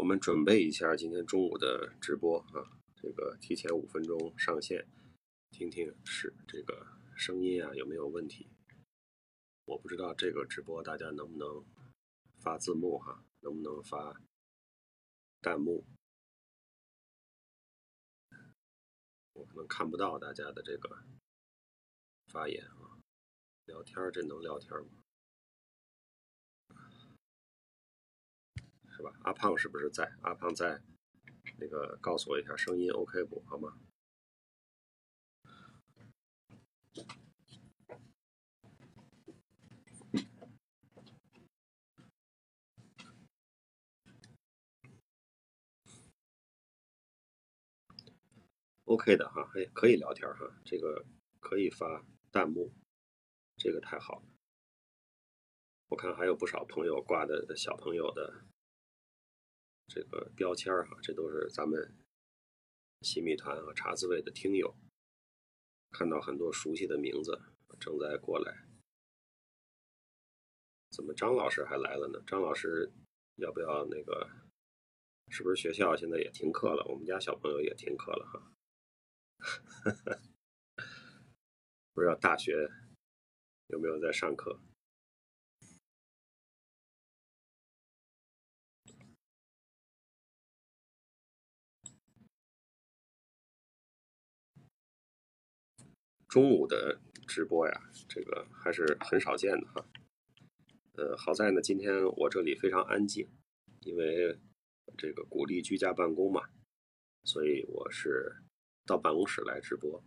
我们准备一下今天中午的直播啊，这个提前5分钟上线，听听是这个声音啊有没有问题。我不知道这个直播大家能不能发字幕哈，能不能发弹幕，我可能看不到大家的这个发言啊。聊天这能聊天吗？是吧？阿胖是不是在？阿胖在，那个告诉我一下声音 OK 不？好吗？OK 的哈，可以聊天哈，这个可以发弹幕，这个太好了。我看还有不少朋友挂的小朋友的这个标签哈，这都是咱们新米团和茶滋味的听友，看到很多熟悉的名字正在过来。怎么张老师还来了呢？张老师要不要那个？是不是学校现在也停课了？我们家小朋友也停课了哈。不知道大学有没有在上课？中午的直播呀，这个还是很少见的哈。好在呢，今天我这里非常安静，因为这个鼓励居家办公嘛，所以我是到办公室来直播。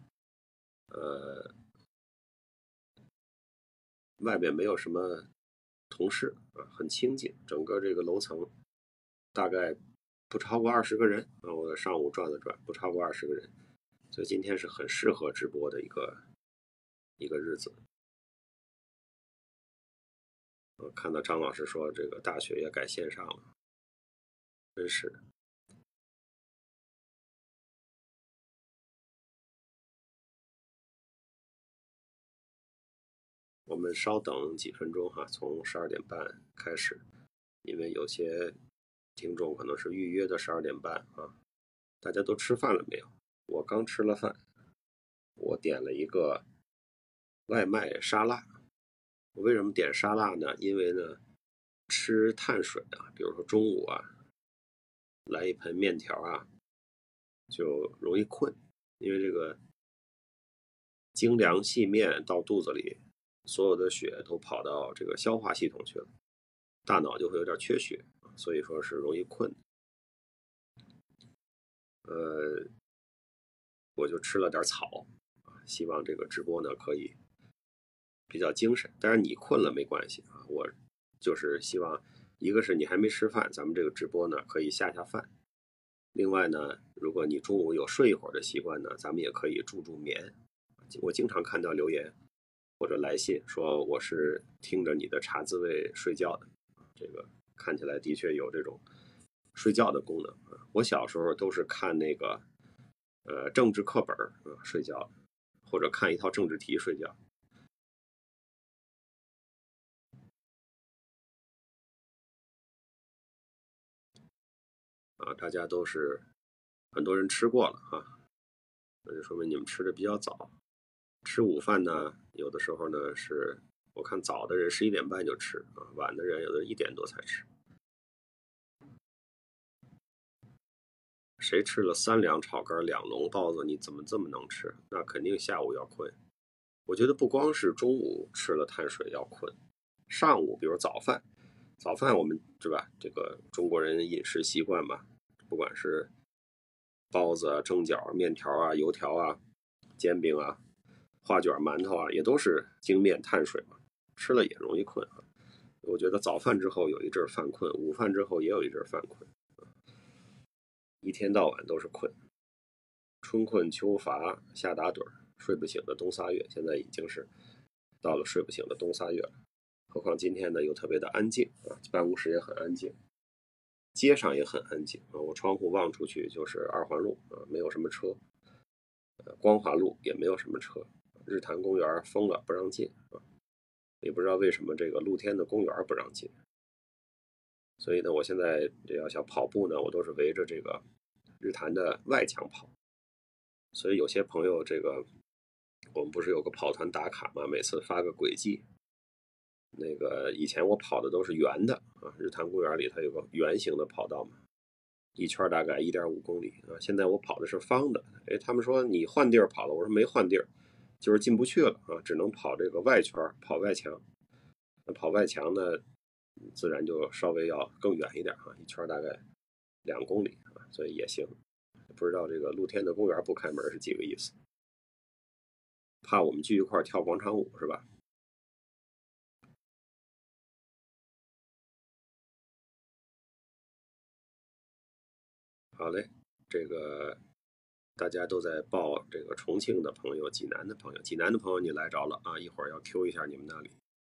外面没有什么同事啊，很清静，整个这个楼层大概不超过20个人啊。我上午转了转，不超过20个人，所以今天是很适合直播的一个日子。看到张老师说这个大学也改线上了，真是的。我们稍等几分钟哈，从12点半开始，因为有些听众可能是预约的12点半啊。大家都吃饭了没有？我刚吃了饭，我点了一个外卖沙拉。我为什么点沙拉呢？因为呢，吃碳水啊，比如说中午啊，来一盆面条啊，就容易困，因为这个精粮细面到肚子里，所有的血都跑到这个消化系统去了，大脑就会有点缺血，所以说是容易困。我就吃了点草，希望这个直播呢可以比较精神。但是你困了没关系啊，我就是希望，一个是你还没吃饭，咱们这个直播呢可以下饭。另外呢，如果你中午有睡一会儿的习惯呢，咱们也可以助眠。我经常看到留言或者来信说我是听着你的茶滋味睡觉的，这个看起来的确有这种睡觉的功能啊。我小时候都是看那个政治课本睡觉，或者看一套政治题睡觉。大家都是很多人吃过了啊，那就说明你们吃的比较早。吃午饭呢，有的时候呢是我看早的人11点半就吃啊，晚的人有的1点多才吃。谁吃了3两炒肝2笼包子，你怎么这么能吃？那肯定下午要困。我觉得不光是中午吃了碳水要困，上午比如早饭，早饭我们是吧？这个中国人饮食习惯嘛，不管是包子啊、蒸饺、面条啊、油条啊、煎饼啊、花卷、馒头啊，也都是精面碳水嘛，吃了也容易困啊。我觉得早饭之后有一阵犯困，午饭之后也有一阵犯困，一天到晚都是困。春困秋乏夏打盹，睡不醒的冬仨月，现在已经是到了睡不醒的冬仨月了。何况今天呢又特别的安静啊，办公室也很安静，街上也很安静啊。我窗户望出去就是2环路啊，没有什么车。光华路也没有什么车。日坛公园封了，不让进啊，也不知道为什么这个露天的公园不让进。 所以呢，我现在这要想跑步呢，我都是围着这个日坛的外墙跑。所以有些朋友我们不是有个跑团打卡嘛，每次发个轨迹。那个以前我跑的都是圆的啊，日坛公园里它有个圆形的跑道嘛，一圈大概1.5公里啊。现在我跑的是方的，他们说你换地儿跑了，我说没换地儿，就是进不去了啊，只能跑这个外圈，跑外墙。那跑外墙呢，自然就稍微要更远一点啊，一圈大概2公里啊，所以也行。不知道这个露天的公园不开门是几个意思？怕我们聚一块跳广场舞是吧？好嘞，这个大家都在报这个重庆的朋友、济南的朋友，济南的朋友你来着了啊，一会儿要 Q 一下你们那里。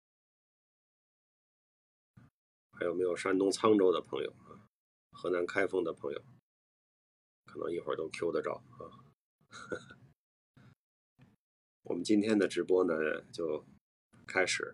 还有没有山东沧州的朋友啊？河南开封的朋友，可能一会儿都 Q 得着啊。我们今天的直播呢就开始。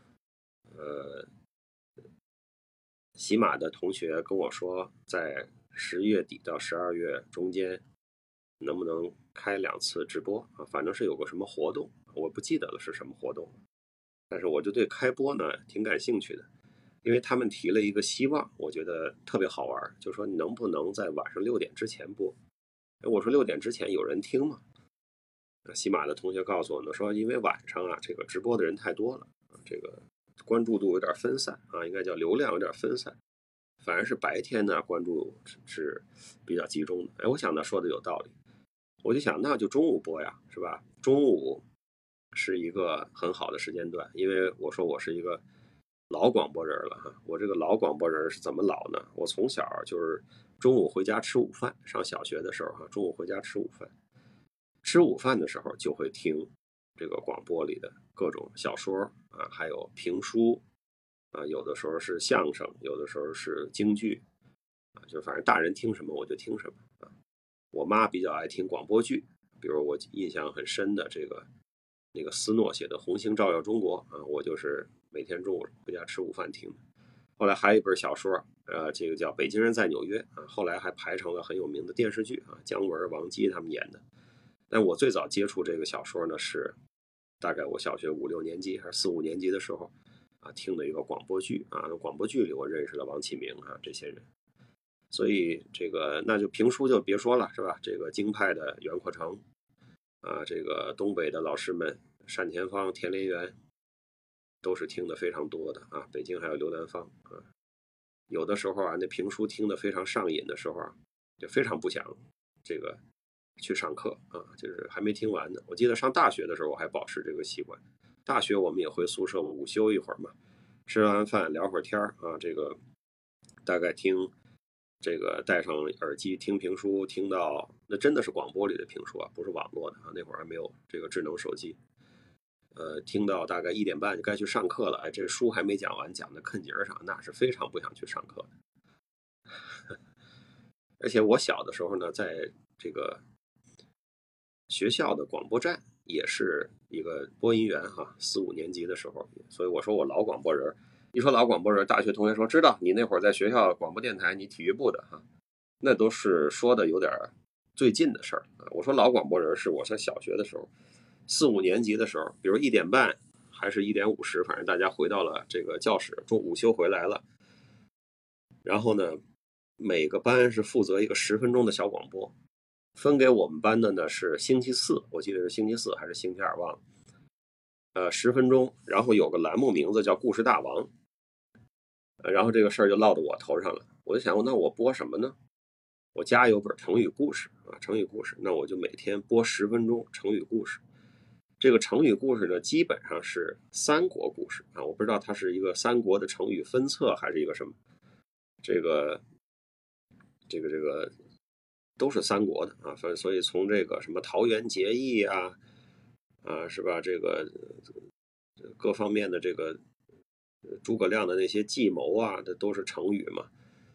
喜马的同学跟我说，在10月底到12月中间，能不能开2次直播啊？反正是有个什么活动，我不记得了是什么活动，但是我就对开播呢挺感兴趣的，因为他们提了一个希望，我觉得特别好玩，就说你能不能在晚上6点之前播？我说6点之前有人听吗？喜马的同学告诉我呢，说因为晚上啊，这个直播的人太多了，这个关注度有点分散啊，应该叫流量有点分散。反而是白天呢，关注是比较集中的。我想他说的有道理，我就想那就中午播呀，是吧？中午是一个很好的时间段，因为我说我是一个老广播人了哈。我这个老广播人是怎么老呢？我从小就是中午回家吃午饭，上小学的时候哈，中午回家吃午饭，吃午饭的时候就会听这个广播里的各种小说啊，还有评书啊，有的时候是相声，有的时候是京剧啊，就反正大人听什么我就听什么啊。我妈比较爱听广播剧，比如我印象很深的那个斯诺写的《红星照耀中国》啊，我就是每天中午回家吃午饭听的。后来还有一本小说，这个叫《北京人在纽约》啊，后来还排成了很有名的电视剧啊，姜文、王姬他们演的。但我最早接触这个小说呢，是大概我小学5、6年级还是4、5年级的时候啊，听的一个广播剧啊，广播剧里我认识了王启明啊这些人。所以这个那就评书就别说了，是吧？这个京派的袁阔成啊，这个东北的老师们单田芳、田连元都是听的非常多的啊。北京还有刘兰芳啊，有的时候啊，那评书听得非常上瘾的时候啊，就非常不想这个去上课啊，就是还没听完呢。我记得上大学的时候我还保持这个习惯，大学我们也回宿舍午休一会儿嘛，吃完饭聊会儿天啊，这个大概听这个戴上耳机听评书，听到那真的是广播里的评书啊，不是网络的啊，那会儿还没有这个智能手机。听到大概1点半就该去上课了，哎，这书还没讲完，讲的坑节上，那是非常不想去上课的。而且我小的时候呢，在这个学校的广播站也是一个播音员哈，4、5年级的时候，所以我说我老广播人。一说老广播人，大学同学说知道你那会儿在学校广播电台，你体育部的哈，那都是说的有点最近的事儿啊。我说老广播人是我上小学的时候，4、5年级的时候，比如1点半还是1点50，反正大家回到了这个教室，中午休回来了，然后呢，每个班是负责一个10分钟的小广播，分给我们班的呢是星期四，我记得是星期四还是星期二忘了，10分钟，然后有个栏目名字叫故事大王，然后这个事儿就落到我头上了，我就想那我播什么呢？我家有本成语故事啊，成语故事，那我就每天播10分钟成语故事。这个成语故事呢，基本上是三国故事啊，我不知道它是一个三国的成语分册还是一个什么，这个这个都是三国的啊，所以从这个什么桃园结义啊，是吧？这个各方面的这个诸葛亮的那些计谋啊，这都是成语嘛。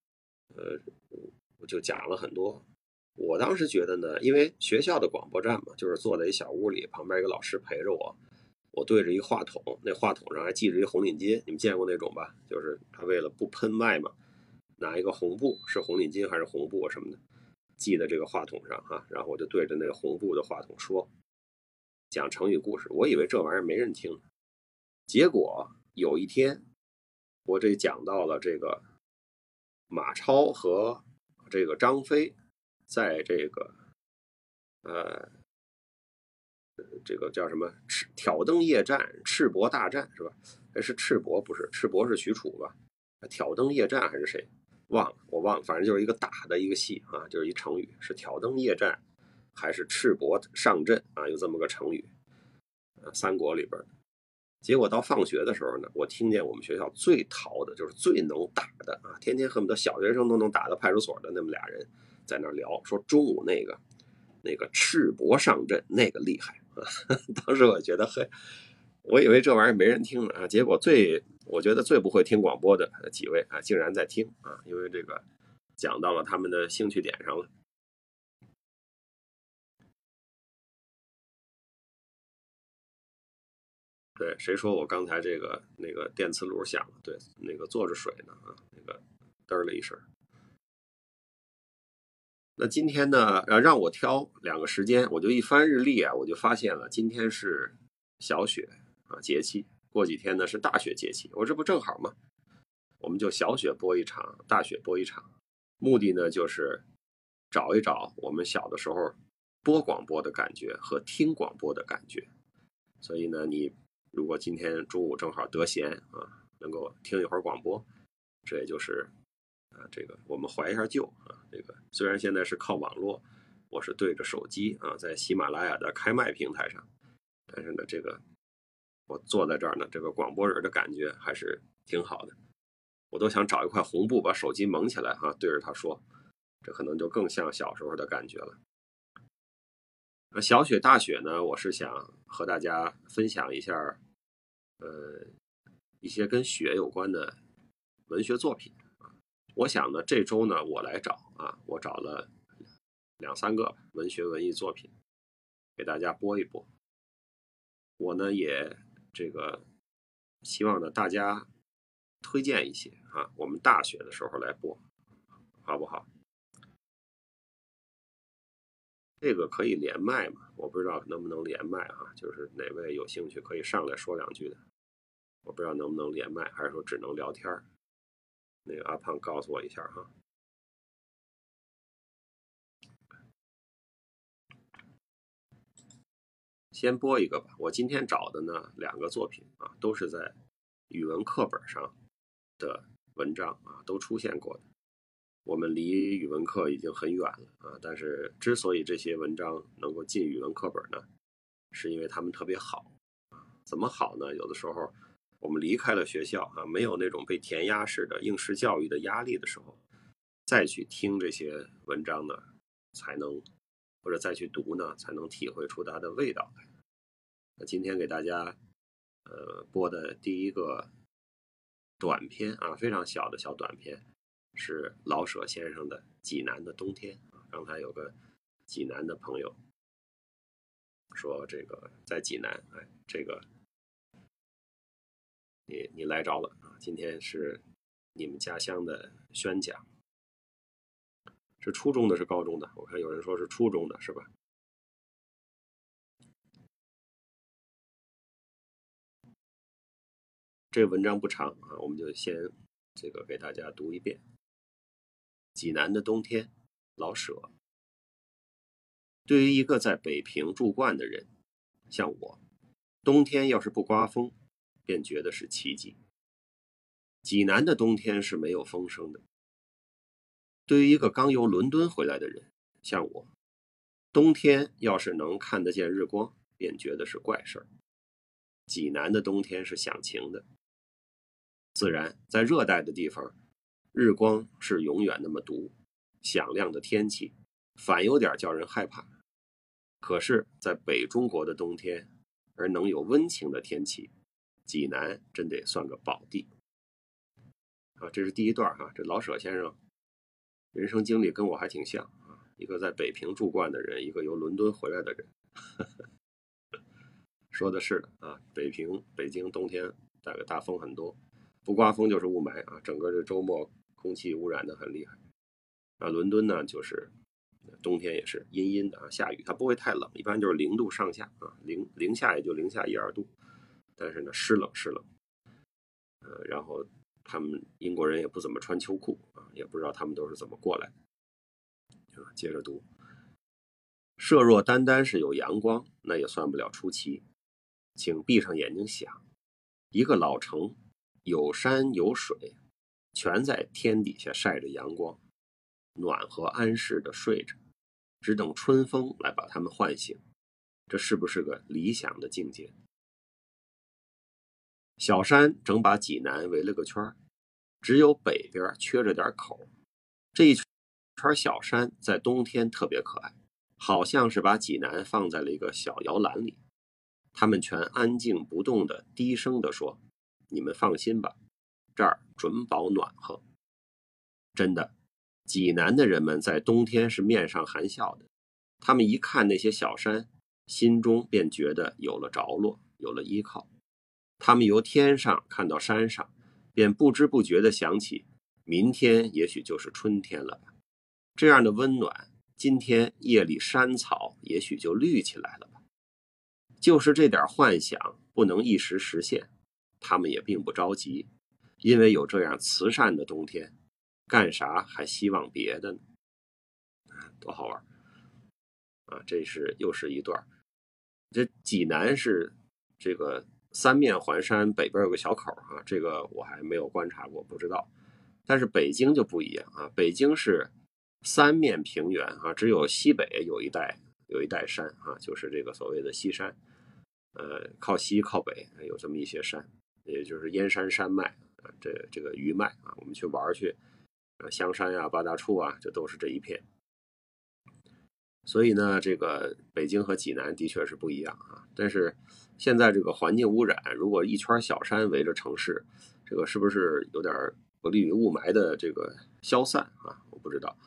我就讲了很多。我当时觉得呢，因为学校的广播站嘛，就是坐在一小屋里，旁边一个老师陪着我，我对着一话筒，那话筒上还系着一红领巾，你们见过那种吧？就是他为了不喷麦嘛， 拿一个红布，是红领巾还是红布什么的，系在这个话筒上啊，然后我就对着那个红布的话筒说，讲成语故事。我以为这玩意儿没人听，结果有一天我这讲到了这个马超和这个张飞在这个这个叫什么挑灯夜战、赤膊大战是吧？是赤膊不是？赤膊是许褚吧？挑灯夜战还是谁？忘了，我忘了，反正就是一个打的一个戏啊，就是一成语，是挑灯夜战还是赤膊上阵啊？有这么个成语，三国里边的。结果到放学的时候呢，我听见我们学校最淘的，就是最能打的啊，天天恨不得小学生都能打到派出所的那么俩人，在那聊，说中午那个赤膊上阵那个厉害啊！当时我觉得嘿，我以为这玩意儿没人听呢啊，结果我觉得最不会听广播的几位啊，竟然在听啊，因为这个讲到了他们的兴趣点上了。对，谁说我刚才那个电磁炉响了？对，那个坐着水呢啊，那个嘚了一声。那今天呢，让我挑两个时间，我就一翻日历啊，我就发现了今天是小雪啊节气，过几天呢是大雪节气，我这不正好吗？我们就小雪播一场，大雪播一场，目的呢就是找一找我们小的时候播广播的感觉和听广播的感觉。所以呢，你如果今天中午正好得闲啊，能够听一会儿广播，这也就是这个我们怀一下旧啊。这个虽然现在是靠网络，我是对着手机啊，在喜马拉雅的开麦平台上，但是呢，这个我坐在这儿呢，这个广播人的感觉还是挺好的。我都想找一块红布把手机蒙起来哈，对着他说，这可能就更像小时候的感觉了。那小雪大雪呢，我是想和大家分享一下一些跟雪有关的文学作品。我想呢，这周呢，我来找啊，我找了两三个文艺作品，给大家播一播。我呢也这个希望呢大家推荐一些啊，我们大雪的时候来播，好不好？这个可以连麦嘛？我不知道能不能连麦哈，就是哪位有兴趣可以上来说两句的，我不知道能不能连麦，还是说只能聊天。那个阿胖告诉我一下哈。先播一个吧，我今天找的呢两个作品啊，都是在语文课本上的文章啊，都出现过的。我们离语文课已经很远了啊，但是之所以这些文章能够进语文课本呢，是因为他们特别好啊。怎么好呢？有的时候我们离开了学校啊，没有那种被填鸭式的应试教育的压力的时候，再去听这些文章呢，才能或者再去读呢，才能体会出它的味道来。那今天给大家播的第一个短篇啊，非常小的小短篇，是老舍先生的《济南的冬天》啊。刚才有个济南的朋友说这个在济南，哎，这个你来着了啊！今天是你们家乡的宣讲，是初中的，是高中的？我看有人说是初中的，是吧？这个文章不长啊，我们就先这个给大家读一遍。济南的冬天，老舍。对于一个在北平住惯的人，像我，冬天要是不刮风，便觉得是奇迹。济南的冬天是没有风声的。对于一个刚由伦敦回来的人，像我，冬天要是能看得见日光，便觉得是怪事儿。济南的冬天是响晴的。自然，在热带的地方，日光是永远那么毒，响亮的天气，反有点叫人害怕。可是，在北中国的冬天，而能有温情的天气，济南真得算个宝地啊！这是第一段哈，这老舍先生人生经历跟我还挺像啊，一个在北平住惯的人，一个由伦敦回来的人。说的是的啊，北京冬天大风很多，不刮风就是雾霾啊，整个这周末空气污染的很厉害。伦敦呢就是冬天也是阴阴的啊，下雨，它不会太冷，一般就是0度上下啊，零下也就零下1、2度，但是呢湿冷。然后他们英国人也不怎么穿秋裤啊，也不知道他们都是怎么过来的啊。接着读，设若单单是有阳光，那也算不了出奇，请闭上眼睛想，一个老城，有山有水，全在天底下晒着阳光，暖和安适的睡着，只等春风来把他们唤醒，这是不是个理想的境界？小山整把济南围了个圈，只有北边缺着点口。这一圈小山在冬天特别可爱，好像是把济南放在了一个小摇篮里。他们全安静不动的低声地说，你们放心吧，这儿准保暖和。真的，济南的人们在冬天是面上含笑的，他们一看那些小山，心中便觉得有了着落，有了依靠。他们由天上看到山上，便不知不觉地想起，明天也许就是春天了吧。这样的温暖，今天夜里山草也许就绿起来了吧。就是这点幻想不能一时实现，他们也并不着急，因为有这样慈善的冬天，干啥还希望别的呢？多好玩啊！又是一段。这济南是这个三面环山，北边有个小口啊，这个我还没有观察过，不知道。但是北京就不一样啊，北京是三面平原啊，只有西北有一带山啊，就是这个所谓的西山，靠西靠北有这么一些山，也就是燕山山脉啊，这个余脉啊，我们去玩去，香山呀、八大处啊，这都是这一片。所以呢，这个北京和济南的确是不一样啊。但是现在这个环境污染，如果一圈小山围着城市，这个是不是有点不利于雾霾的这个消散啊？我不知道。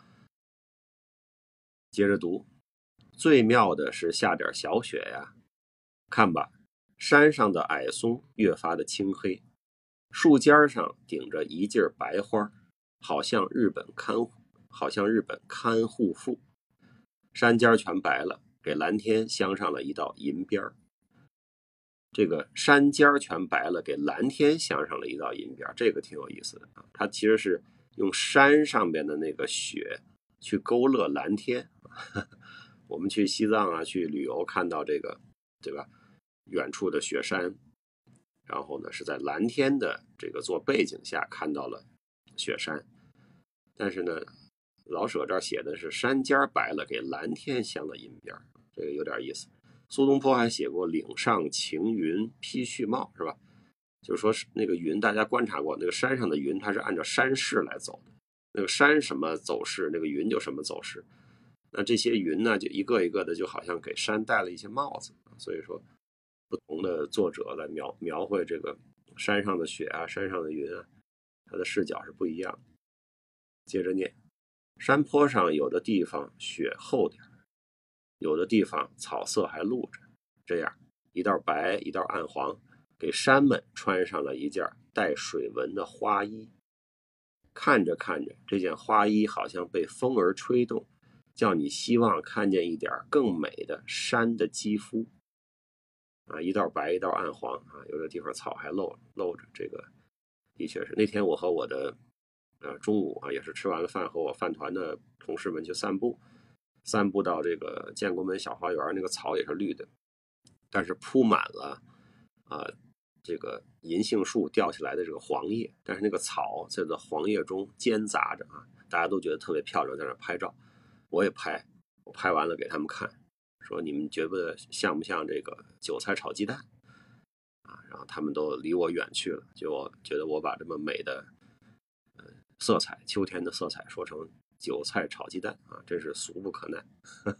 接着读，最妙的是下点小雪呀，看吧，山上的矮松越发的青黑，树尖上顶着一劲白花，好像日本看护妇。山尖全白了，给蓝天镶上了一道银边儿。这个山尖全白了，给蓝天镶上了一道银边儿，这个挺有意思的啊。它其实是用山上边的那个雪去勾勒蓝天。我们去西藏啊，去旅游看到这个，对吧？远处的雪山，然后呢是在蓝天的这个做背景下看到了雪山，但是呢，老舍这儿写的是山尖白了，给蓝天镶了银边，这个有点意思。苏东坡还写过岭上晴云披絮帽，是吧？就是说那个云，大家观察过，那个山上的云它是按照山势来走的，那个山什么走势，那个云就什么走势。那这些云呢，就一个一个的，就好像给山戴了一些帽子。所以说，不同的作者来描绘这个山上的雪啊，山上的云啊，它的视角是不一样的。接着念，山坡上有的地方雪厚点，有的地方草色还露着，这样一道白一道暗黄，给山们穿上了一件带水纹的花衣。看着看着，这件花衣好像被风儿吹动，叫你希望看见一点更美的山的肌肤啊，一道白一道暗黄啊，有的地方草还露着，这个的确是。那天我和我的中午啊，也是吃完了饭和我饭团的同事们去散步到这个建国门小花园，那个草也是绿的，但是铺满了这个银杏树掉下来的这个黄叶，但是那个草在这黄叶中间杂着啊，大家都觉得特别漂亮，在那拍照，我也拍，我拍完了给他们看，说你们觉得像不像这个韭菜炒鸡蛋啊？然后他们都离我远去了，就我觉得我把这么美的色彩，秋天的色彩说成韭菜炒鸡蛋啊，真是俗不可耐。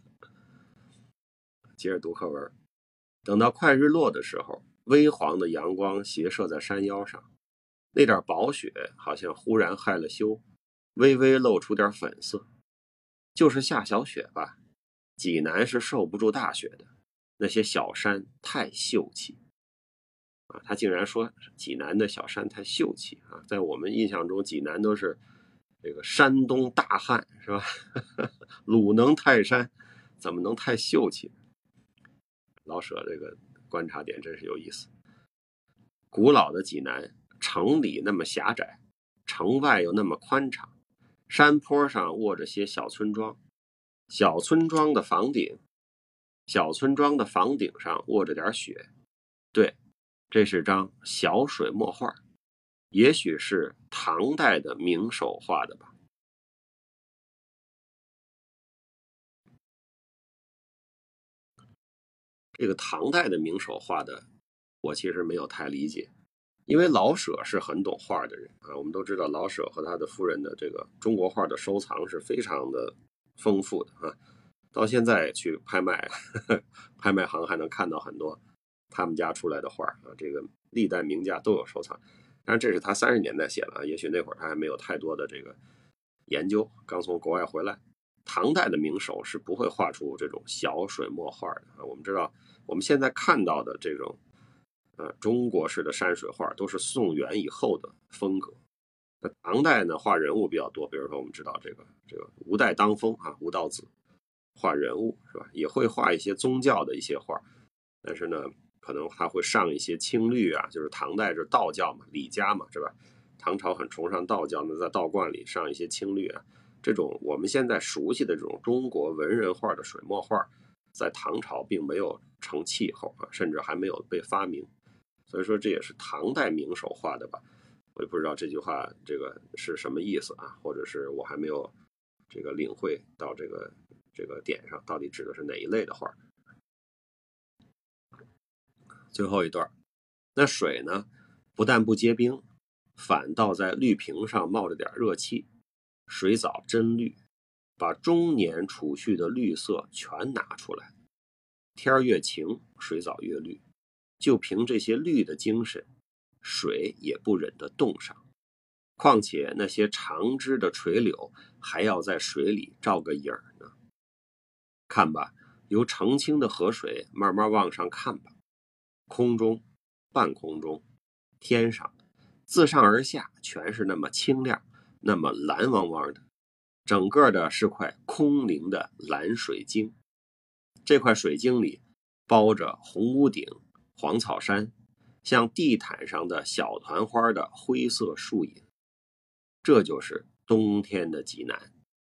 接着读课文，等到快日落的时候，微黄的阳光斜射在山腰上，那点薄雪好像忽然害了羞，微微露出点粉色。就是下小雪吧，济南是受不住大雪的，那些小山太秀气他竟然说济南的小山太秀气啊！在我们印象中，济南都是这个山东大汉是吧？鲁能泰山，怎么能太秀气？老舍这个观察点真是有意思。古老的济南，城里那么狭窄，城外又那么宽敞，山坡上卧着些小村庄，小村庄的房顶，小村庄的房顶上卧着点雪。对，这是张小水墨画，也许是唐代的名手画的吧。这个唐代的名手画的，我其实没有太理解，因为老舍是很懂画的人啊。我们都知道老舍和他的夫人的这个中国画的收藏是非常的丰富的啊。到现在去拍卖，拍卖行还能看到很多他们家出来的画啊。这个历代名家都有收藏，当然这是他30年代写的啊，也许那会儿他还没有太多的这个研究，刚从国外回来。唐代的名手是不会画出这种小水墨画的啊。我们知道，我们现在看到的这种中国式的山水画都是宋元以后的风格。那唐代呢，画人物比较多，比如说我们知道这个吴代当风啊，吴道子画人物是吧？也会画一些宗教的一些画，但是呢，可能他会上一些青绿啊，就是唐代是道教嘛，李家嘛，是吧？唐朝很崇尚道教，那在道观里上一些青绿啊，这种我们现在熟悉的这种中国文人画的水墨画，在唐朝并没有成气候啊，甚至还没有被发明。所以说这也是唐代名手画的吧？我也不知道这句话这个是什么意思啊，或者是我还没有这个领会到这个点上，到底指的是哪一类的画。最后一段，那水呢，不但不结冰，反倒在绿瓶上冒着点热气，水藻真绿，把中年储蓄的绿色全拿出来。天越晴，水藻越绿，就凭这些绿的精神，水也不忍得冻上。况且那些长枝的垂柳还要在水里照个影儿呢。看吧，由澄清的河水慢慢往上看吧，空中、半空中、天上，自上而下全是那么清亮，那么蓝汪汪的，整个的是块空灵的蓝水晶。这块水晶里包着红屋顶、黄草山，像地毯上的小团花的灰色树影。这就是冬天的济南。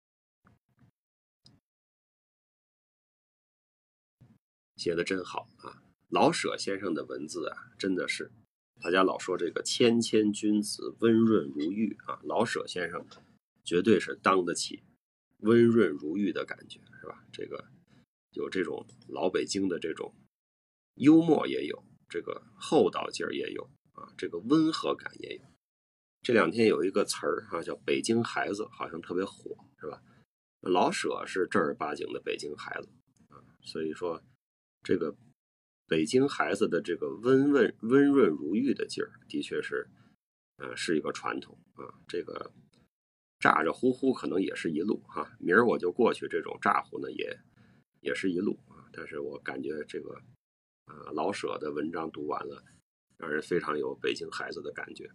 写的真好啊！老舍先生的文字啊，真的是大家老说这个谦谦君子，温润如玉啊，老舍先生绝对是当得起温润如玉的感觉，是吧？这个有这种老北京的这种幽默也有，这个厚道劲儿也有啊，这个温和感也有。这两天有一个词儿啊，叫“北京孩子”，好像特别火，是吧？老舍是正儿八经的北京孩子啊，所以说这个北京孩子的这个温润如玉的劲儿，的确是，是一个传统啊。这个咋咋呼呼可能也是一路哈，明儿我就过去，这种咋呼呢也是一路啊。但是我感觉这个老舍的文章读完了，让人非常有北京孩子的感觉。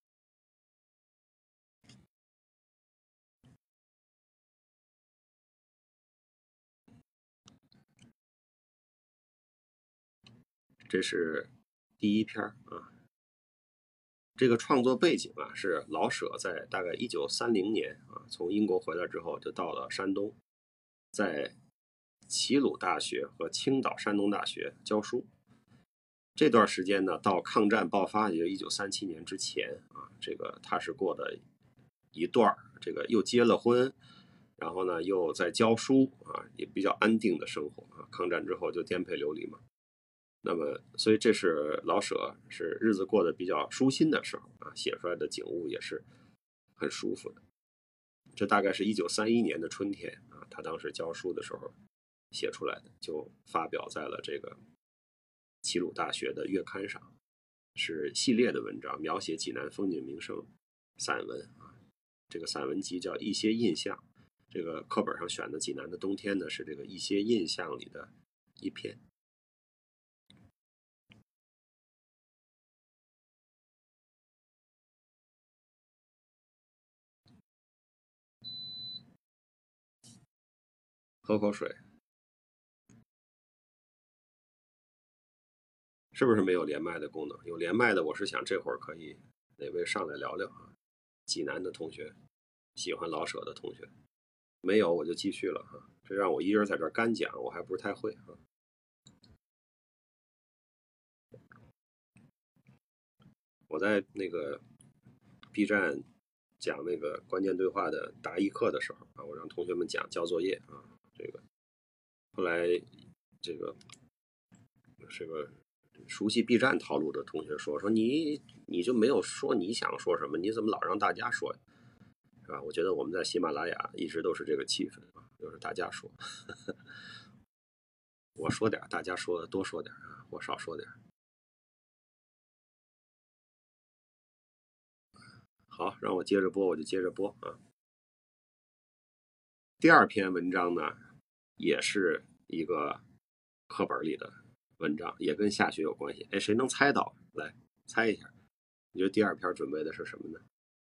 这是第一篇啊。这个创作背景啊，是老舍在大概1930年啊，从英国回来之后，就到了山东，在齐鲁大学和青岛山东大学教书。这段时间呢，到抗战爆发，也就1937年之前啊，这个他是过的一段这个又结了婚，然后呢又在教书啊，也比较安定的生活啊。抗战之后就颠沛流离嘛。那么，所以这是老舍是日子过得比较舒心的时候啊，写出来的景物也是很舒服的。这大概是1931年的春天啊，他当时教书的时候写出来的，就发表在了这个齐鲁大学的月刊上，是系列的文章，描写济南风景名胜散文啊。这个散文集叫《一些印象》，这个课本上选的济南的冬天呢，是这个《一些印象》里的一篇。 喝口水。是不是没有连麦的功能？有连麦的，我是想这会儿可以哪位上来聊聊啊？济南的同学，喜欢老舍的同学，没有我就继续了哈。这让我一人在这儿干讲，我还不是太会啊。我在那个 B 站讲那个关键对话的答疑课的时候啊，我让同学们讲交作业啊，这个后来这个熟悉 B 站套路的同学说你就没有说你想说什么，你怎么老让大家说呀？是吧？我觉得我们在喜马拉雅一直都是这个气氛啊，就是大家说，我说点，大家说多说点啊，我少说点。好，让我接着播，我就接着播啊。第二篇文章呢，也是一个课本里的文章，也跟下雪有关系。哎，谁能猜到？来猜一下，你觉得第二篇准备的是什么呢？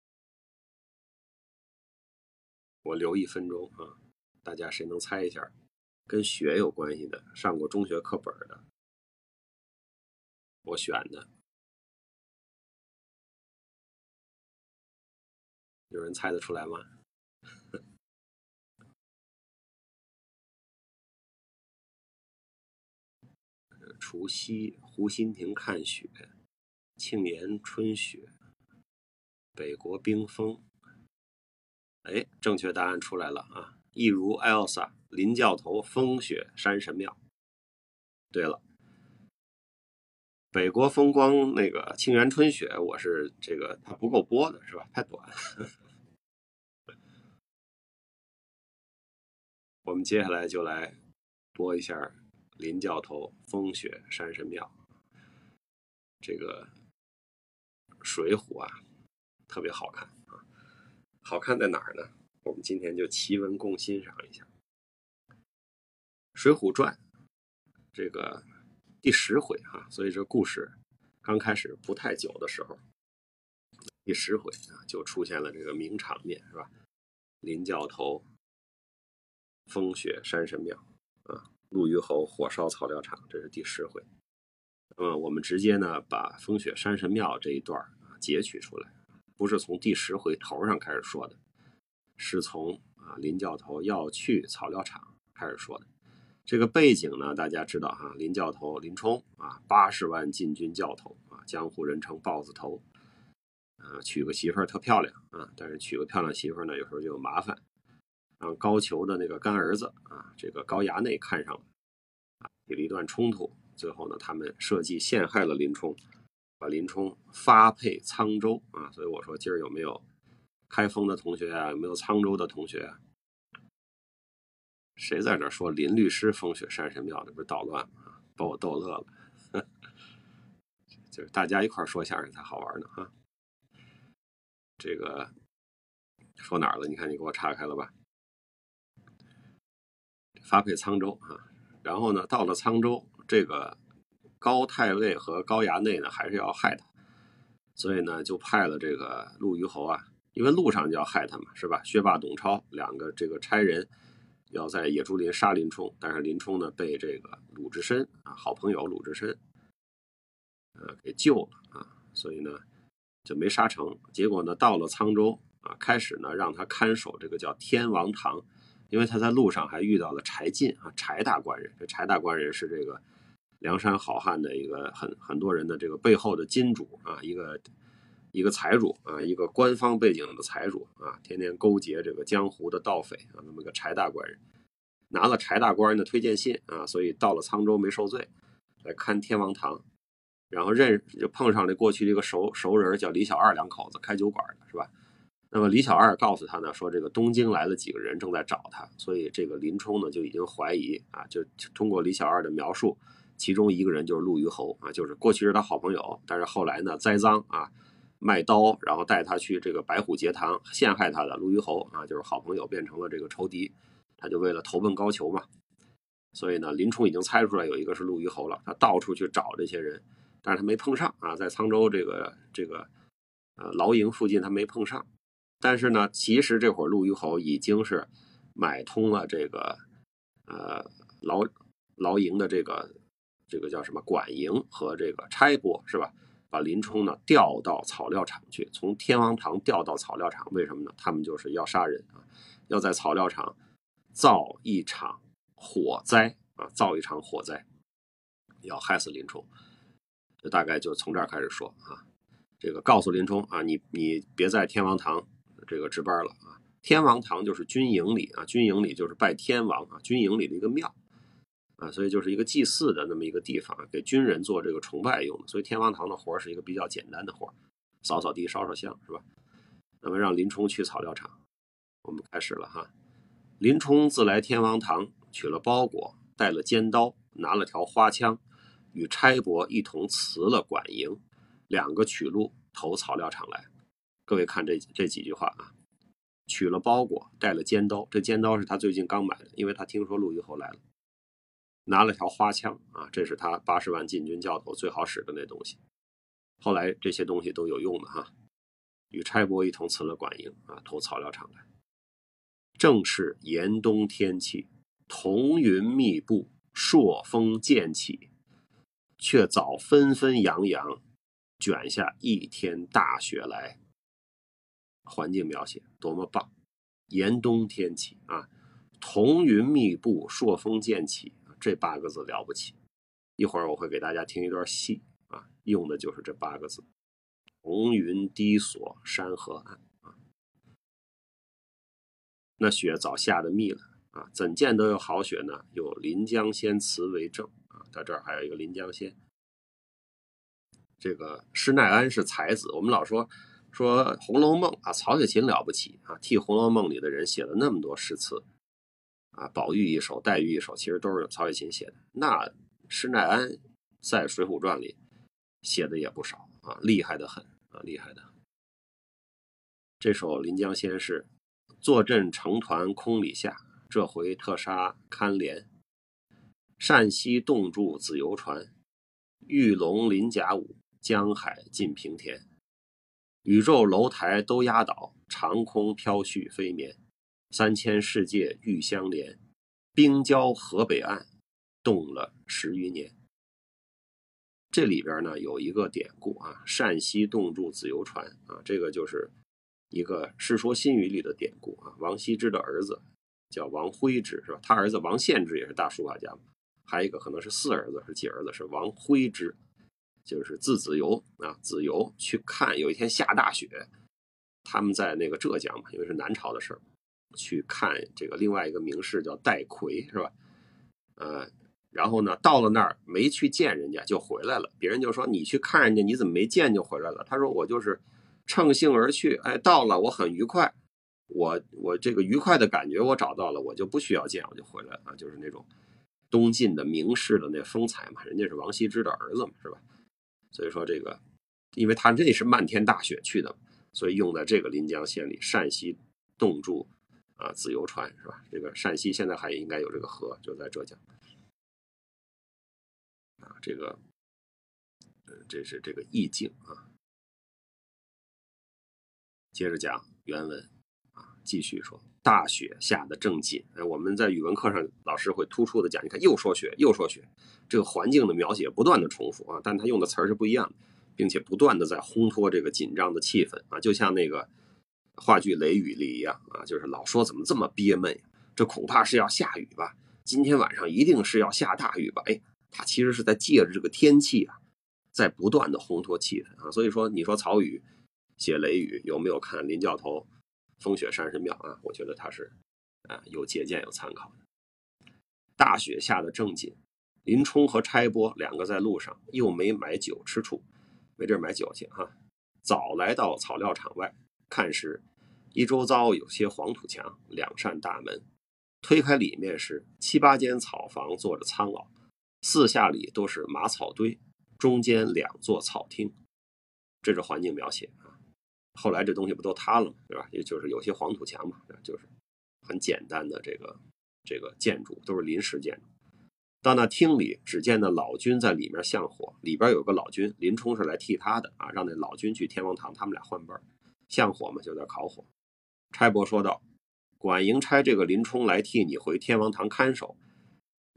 我留1分钟啊，大家谁能猜一下？跟雪有关系的，上过中学课本的，我选的，有人猜得出来吗？除夕湖心亭看雪，庆延春雪，北国冰封。哎，正确答案出来了啊！一如 Elsa 林教头风雪山神庙。对了，北国风光那个庆元春雪，我是这个它不够播的是吧？太短。我们接下来就来播一下林教头风雪山神庙。这个水浒啊，特别好看啊！好看在哪儿呢？我们今天就奇文共欣赏一下《水浒传》这个第10回哈，所以这故事刚开始不太久的时候，第10回啊就出现了这个名场面是吧？林教头风雪山神庙啊，陆虞侯火烧草料场，这是第10回。那么我们直接呢把风雪山神庙这一段啊截取出来，不是从第10回头上开始说的，是从林教头要去草料场开始说的。这个背景呢，大家知道哈，林教头林冲啊，80万禁军教头啊，江湖人称豹子头，娶个媳妇儿特漂亮啊，但是娶个漂亮媳妇儿呢，有时候就有麻烦，让高俅的那个干儿子啊，这个高衙内看上了，起了一段冲突，最后呢，他们设计陷害了林冲，把林冲发配沧州啊，所以我说今儿有没有开封的同学啊，有没有沧州的同学啊？谁在这说林律师风雪山神庙，这不是捣乱吗？把我逗乐了。就是大家一块说相声才好玩呢哈。这个说哪儿了？你看你给我岔开了吧？发配沧州啊，然后呢，到了沧州，这个高太尉和高衙内呢，还是要害他，所以呢，就派了这个陆虞侯啊，因为路上就要害他嘛，是吧？薛霸、董超2个这个差人要在野猪林杀林冲，但是林冲呢被这个鲁智深啊，好朋友鲁智深给救了啊，所以呢就没杀成。结果呢到了沧州啊，开始呢让他看守这个叫天王堂，因为他在路上还遇到了柴进啊，柴大官人。这柴大官人是这个梁山好汉的一个很多人的这个背后的金主啊，一个财主啊，一个官方背景的财主啊，天天勾结这个江湖的盗匪啊，那么个柴大官人拿了柴大官人的推荐信啊，所以到了沧州没受罪，来看天王堂，然后就碰上了过去的一个熟人叫李小二2口子开酒馆的是吧？那么李小二告诉他呢，说这个东京来了几个人正在找他，所以这个林冲呢就已经怀疑啊，就通过李小二的描述，其中一个人就是陆虞侯啊，就是过去是他好朋友，但是后来呢栽赃啊，卖刀，然后带他去这个白虎节堂陷害他的陆虞侯啊，就是好朋友变成了这个仇敌，他就为了投奔高俅嘛，所以呢林冲已经猜出来有一个是陆虞侯了，他到处去找这些人，但是他没碰上啊，在沧州这个牢营附近他没碰上。但是呢，其实这会儿陆虞侯已经是买通了这个劳劳营的这个叫什么管营和这个差拨是吧？把林冲呢调到草料场去，从天王堂调到草料场，为什么呢？他们就是要杀人啊，要在草料场造一场火灾啊，造一场火灾，要害死林冲。这大概就从这儿开始说啊，这个告诉林冲啊，你别在天王堂这个值班了啊。天王堂就是军营里啊，军营里就是拜天王啊，军营里的一个庙啊，所以就是一个祭祀的那么一个地方，给军人做这个崇拜用的。所以天王堂的活是一个比较简单的活，扫扫地、烧烧香是吧？那么让林冲去草料场，我们开始了哈。林冲自来天王堂，取了包裹，带了尖刀，拿了条花枪，与差拨一同辞了管营，两个取路投草料场来。各位看这几句话啊，取了包裹，带了尖刀，这尖刀是他最近刚买的，因为他听说陆虞侯来了。拿了条花枪啊，这是他80万禁军教头最好使的那东西。后来这些东西都有用的哈。与差拨一同辞了管营啊，投草料场来。正是严冬天气，彤云密布，朔风渐起，却早纷纷扬扬，卷下一天大雪来。环境描写多么棒！严冬天气啊，彤云密布，朔风渐起，这8个字了不起。一会儿我会给大家听一段戏啊，用的就是这8个字。红云低锁山河暗啊，那雪早下的密了啊，怎见得有好雪呢？有临江仙词为证啊，在这儿还有一个临江仙。这个施耐庵是才子，我们老说《红楼梦》啊，曹雪芹了不起啊，替《红楼梦》里的人写了那么多诗词啊，宝玉一首，黛玉一首，其实都是曹雪芹写的。那施耐庵在《水浒传》里写的也不少啊，厉害的很啊，厉害的很。这首《临江仙》是坐镇成团空里下，这回特杀堪怜。单溪洞柱子游船，玉龙临甲午，江海尽平田。宇宙楼台都压倒，长空飘絮飞绵。3000世界欲相连，冰胶河北岸，冻了10余年。这里边呢有一个典故啊，单溪洞柱子游船啊，这个就是一个《世说新语》里的典故啊。王羲之的儿子叫王徽之是吧？他儿子王献之也是大书法家，还有一个可能是4儿子是几儿子是王徽之，就是字子游啊。子游去看，有一天下大雪，他们在那个浙江嘛，因为是南朝的事儿，去看这个另外一个名士叫戴逵是吧？然后呢，到了那儿没去见人家就回来了，别人就说你去看人家，你怎么没见就回来了？他说我就是乘兴而去，哎，到了我很愉快，我这个愉快的感觉我找到了，我就不需要见，我就回来了啊，就是那种东晋的名士的那风采嘛，人家是王羲之的儿子嘛，是吧？所以说这个，因为他这是漫天大雪去的，所以用在这个临江仙里，单溪洞柱啊子游船是吧？这个单溪现在还应该有这个河，就在浙江。啊，这个，这是这个意境啊。接着讲原文啊，继续说，大雪下得正紧。我们在语文课上，老师会突出的讲，你看又说雪，又说雪，这个环境的描写不断的重复啊，但他用的词儿是不一样的，并且不断的在烘托这个紧张的气氛啊，就像那个话剧《雷雨》里一样啊，就是老说怎么这么憋闷呀，这恐怕是要下雨吧，今天晚上一定是要下大雨吧，哎。他其实是在借着这个天气啊，在不断的烘托气氛啊。所以说，你说曹禺写雷雨有没有看林教头风雪山神庙啊？我觉得他是有借鉴有参考的。大雪下得正紧，林冲和差拨两个在路上，又没买酒吃处，没地儿买酒去哈。早来到草料场外，看时，一周遭有些黄土墙，2扇大门，推开里面是7、8间草房，坐着苍老。4下里都是马草堆，中间2座草厅，这是环境描写啊。后来这东西不都塌了吗？对吧？也就是有些黄土墙嘛，就是很简单的这个建筑，都是临时建筑。到那厅里，只见那老君在里面向火，里边有个老君，林冲是来替他的啊，让那老君去天王堂，他们俩换班向火嘛，就在烤火。差拨说道：“管营差这个林冲来替你回天王堂看守。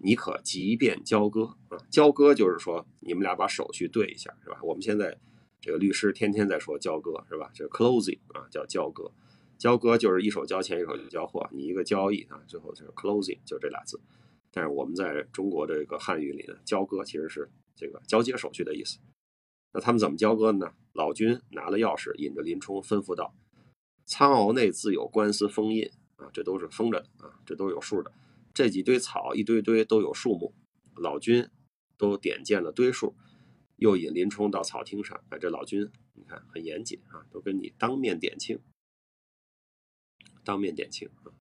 你可即便交割啊，交割就是说你们俩把手续对一下，是吧？我们现在这个律师天天在说交割，是吧？这个 closing 啊叫交割，交割就是一手交钱一手交货，你一个交易啊，最后就是 closing 就这俩字。但是我们在中国这个汉语里呢，交割其实是这个交接手续的意思。那他们怎么交割呢？老君拿了钥匙，引着林冲吩咐道：“仓坳内自有官司封印啊，这都是封着的啊，这都有数的。这几堆草一堆堆都有数目，老君都点见了堆数，又引林冲到草厅上。这老君你看很严谨啊，都跟你当面点清，当面点清啊。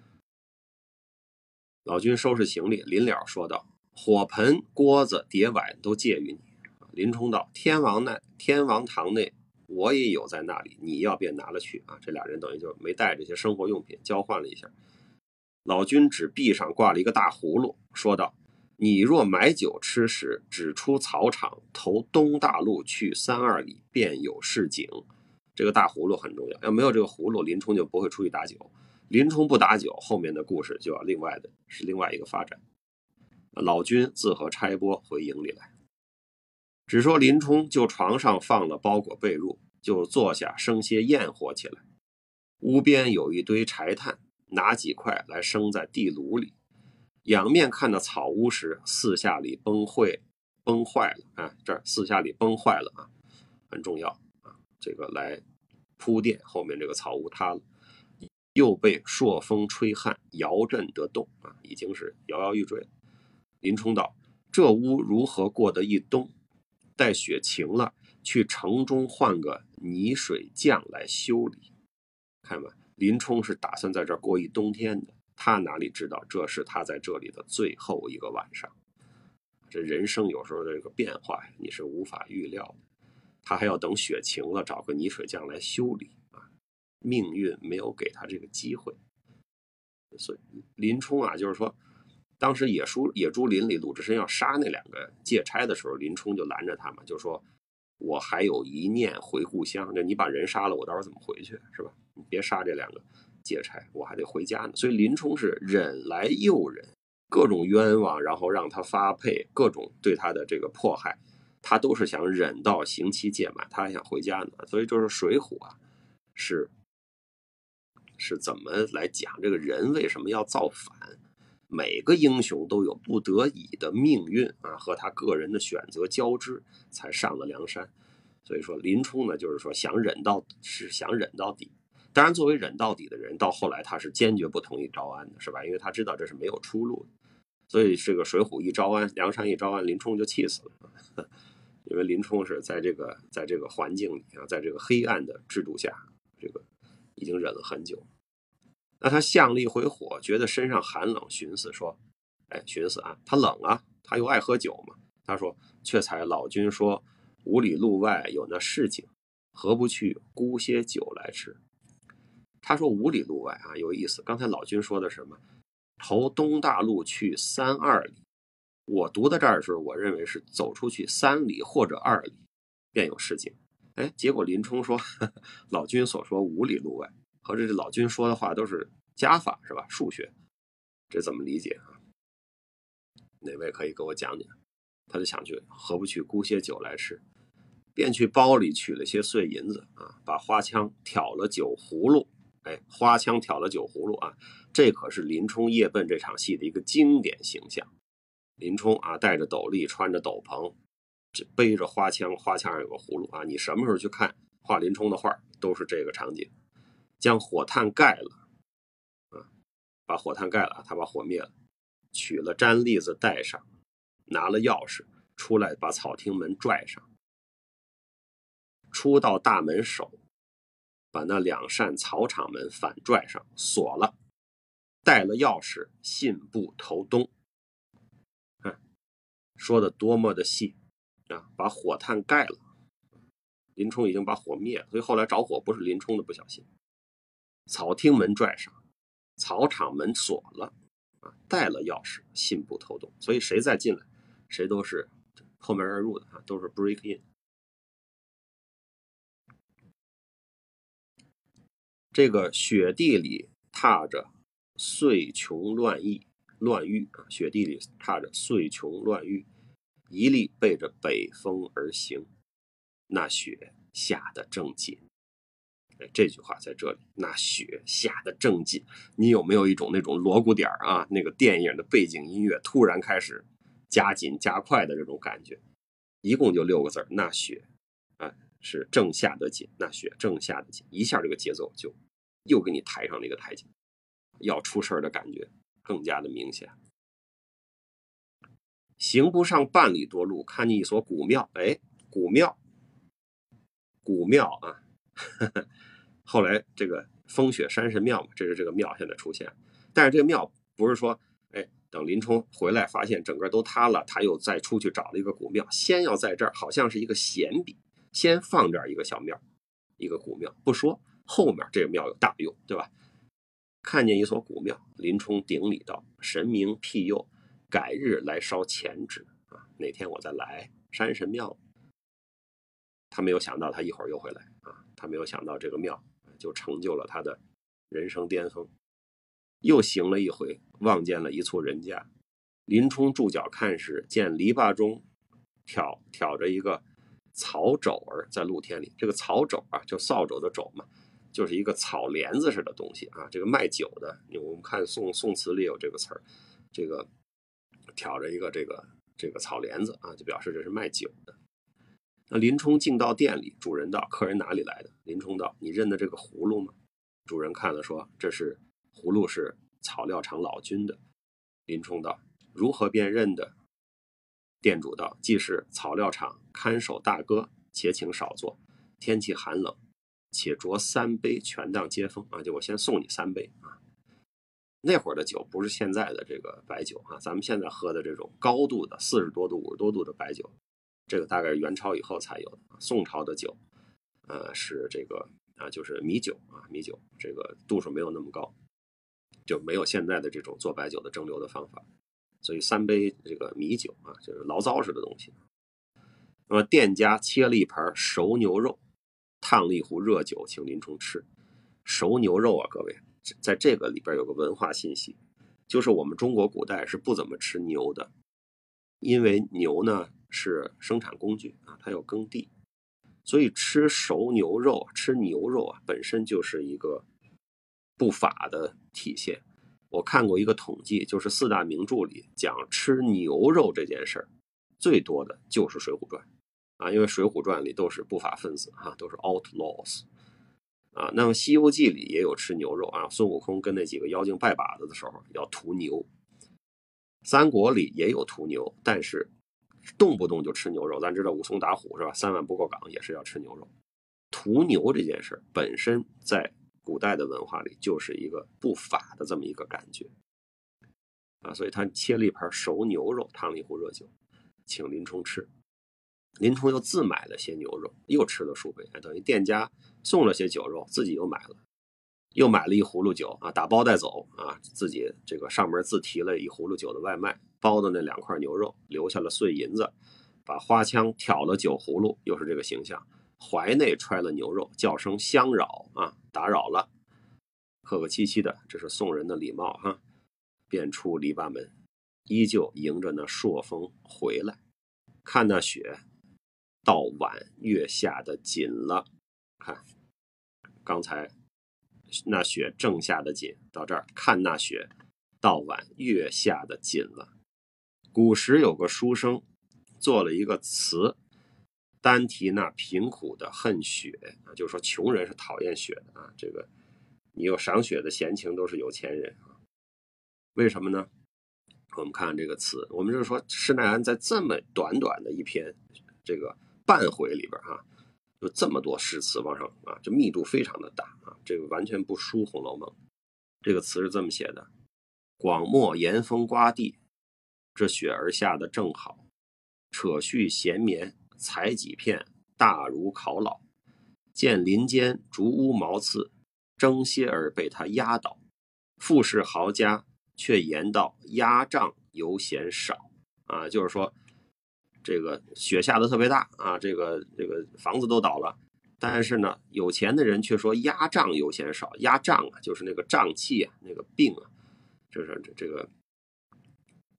老君收拾行李，临了说道：“火盆、锅子、碟碗都借与你。”林冲道：“天王堂内我也有在那里，你要便拿了去啊。”这俩人等于就没带这些生活用品，交换了一下。老君指壁上挂了一个大葫芦，说道：“你若买酒吃时，只出草场，投东大路去3-2里，便有市井。”这个大葫芦很重要，要没有这个葫芦，林冲就不会出去打酒。林冲不打酒，后面的故事就要另外一个发展。老君自和差拨回营里来，只说林冲就床上放了包裹被褥，就坐下生些焰火起来。屋边有一堆柴炭，拿几块来生在地炉里。仰面看到草屋时，四下里崩坏了啊！这儿四下里崩坏了啊，很重要啊！这个来铺垫后面这个草屋塌了。又被朔风吹撼，摇震得动啊，已经是摇摇欲坠了。林冲道：“这屋如何过得一冬？待雪晴了，去城中换个泥水匠来修理。”看吧，林冲是打算在这儿过一冬天的，他哪里知道这是他在这里的最后一个晚上。这人生有时候这个变化你是无法预料的，他还要等雪晴了，找个泥水匠来修理。命运没有给他这个机会，所以林冲啊，就是说，当时野猪林里鲁智深要杀那两个借差的时候，林冲就拦着他嘛，就说：“我还有一念回故乡，这你把人杀了，我到时候怎么回去，是吧？你别杀这两个借差，我还得回家呢。”所以林冲是忍来又忍，各种冤枉，然后让他发配，各种对他的这个迫害，他都是想忍到刑期届满，他还想回家呢。所以就是水浒啊，是怎么来讲这个人为什么要造反？每个英雄都有不得已的命运啊，和他个人的选择交织，才上了梁山。所以说林冲呢，就是说想忍到底。当然，作为忍到底的人，到后来他是坚决不同意招安的，是吧？因为他知道这是没有出路的。所以这个水浒一招安，梁山一招安，林冲就气死了。因为林冲是在这个环境里啊，在这个黑暗的制度下，这个已经忍了很久。那他向了一回火，觉得身上寒冷，寻思说：“寻思啊，他冷啊，他又爱喝酒嘛。”他说：“却才老君说5里路外有那市井，何不去沽些酒来吃？”他说5里路外啊，有意思。刚才老君说的什么？投东大路去3-2里。我读到这儿的时候，我认为是走出去3里或者2里，便有市井。结果林冲说，老君所说5里路外，和这老君说的话都是加法，是吧？数学，这怎么理解啊？哪位可以给我讲讲？他就想去，何不去沽些酒来吃？便去包里取了些碎银子啊，把花枪挑了酒葫芦。花枪挑了酒葫芦啊，这可是林冲夜奔这场戏的一个经典形象。林冲啊，戴着斗笠，穿着斗篷，背着花枪，花枪上有个葫芦啊。你什么时候去看画林冲的画，都是这个场景。将火炭盖了啊，把火炭盖了，他把火灭了，取了毡栗子带上，拿了钥匙出来，把草厅门拽上，出到大门首，把那2扇草场门反拽上，锁了，带了钥匙，信步投东。说的多么的细啊！把火炭盖了，林冲已经把火灭了，所以后来着火不是林冲的不小心。草厅门拽上，草场门锁了啊，带了钥匙，信步投东。所以谁再进来，谁都是破门而入的啊，都是 break in。这个雪地里踏着碎琼乱缨， 乱玉啊，雪地里踏着碎琼乱玉，一粒背着北风而行，那雪下得正紧。这句话在这里，那雪下得正紧，你有没有一种那种锣鼓点啊，那个电影的背景音乐突然开始加紧加快的这种感觉？一共就6个字，那雪啊是正下得紧，那雪正下得紧，一下这个节奏就又给你抬上了一个台阶，要出事的感觉更加的明显。行不上半里多路，看见一所古庙，古庙啊，呵呵，后来这个风雪山神庙嘛，这是这个庙现在出现，但是这个庙不是说，等林冲回来发现整个都塌了，他又再出去找了一个古庙，先要在这儿好像是一个闲笔，先放这儿一个小庙，一个古庙，不说后面这个庙有大用，对吧？看见一所古庙，林冲顶礼道：“神明庇佑，改日来烧钱纸啊，哪天我再来山神庙。”他没有想到他一会儿又回来啊，他没有想到这个庙就成就了他的人生巅峰。又行了一回，望见了一簇人家，林冲住脚看时，见篱笆中挑着一个草帚儿在露天里。这个草帚啊，就扫帚的帚嘛，就是一个草帘子似的东西啊。这个卖酒的，我们看宋词里有这个词儿，这个挑着一个这个草帘子啊，就表示这是卖酒的。那林冲进到店里，主人道：“客人哪里来的？”林冲道：“你认得这个葫芦吗？”主人看了说：“这是葫芦，是草料场老君的。”林冲道：“如何辨认的？”店主道：“既是草料场看守大哥，且请少坐，天气寒冷，且酌3杯，全当接风啊！就我先送你3杯啊。”那会儿的酒不是现在的这个白酒啊，咱们现在喝的这种高度的40多度、50多度的白酒，这个大概是元朝以后才有的。宋朝的酒，是这个就是米酒啊，米酒这个度数没有那么高，就没有现在的这种做白酒的蒸馏的方法。所以3杯这个米酒啊，就是醪糟似的东西。那么店家切了一盘熟牛肉，烫了一壶热酒，请林冲吃。熟牛肉啊，各位，在这个里边有个文化信息，就是我们中国古代是不怎么吃牛的，因为牛呢是生产工具啊，它要耕地，所以吃熟牛肉、吃牛肉啊，本身就是一个不法的体现。我看过一个统计，就是4大名著里讲吃牛肉这件事儿最多的就是《水浒传》啊，因为《水浒传》里都是不法分子啊，都是 outlaws 啊。那么《西游记》里也有吃牛肉啊，孙悟空跟那几个妖精拜把子的时候要屠牛，三国里也有屠牛，但是动不动就吃牛肉。咱知道武松打虎是吧？3万不过岗也是要吃牛肉。屠牛这件事本身在古代的文化里就是一个不法的这么一个感觉啊，所以他切了一盘熟牛肉，烫了一壶热酒，请林冲吃。林冲又自买了些牛肉，又吃了数杯，等于店家送了些酒肉，自己又买了一葫芦酒啊，打包带走啊，自己这个上门自提了一葫芦酒的外卖，包的那2块牛肉，留下了碎银子，把花枪挑了酒葫芦，又是这个形象，怀内揣了牛肉，叫声相扰啊，打扰了，客客气气的，这是宋人的礼貌哈。便出篱笆门，依旧迎着那朔风回来，看那雪到晚月下的紧了。看刚才那雪正下的紧，到这儿看那雪到晚月下的紧了。古时有个书生做了一个词，单提那贫苦的恨雪啊，就是说穷人是讨厌雪的啊，这个你有赏雪的闲情都是有钱人啊。为什么呢？我们看这个词，我们就是说施耐庵在这么短短的一篇这个半回里边啊，有这么多诗词往上啊，这密度非常的大啊，这个完全不输《红楼梦》。这个词是这么写的：广漠严风刮地，这雪儿下的正好，扯絮闲眠，采几片，大如考老。见林间竹屋茅刺，争些儿被他压倒。富士豪家，却言道压账尤嫌少啊，就是说这个雪下的特别大啊，这个房子都倒了，但是呢，有钱的人却说压账尤嫌少。压账啊，就是那个胀气啊，那个病啊，就是这个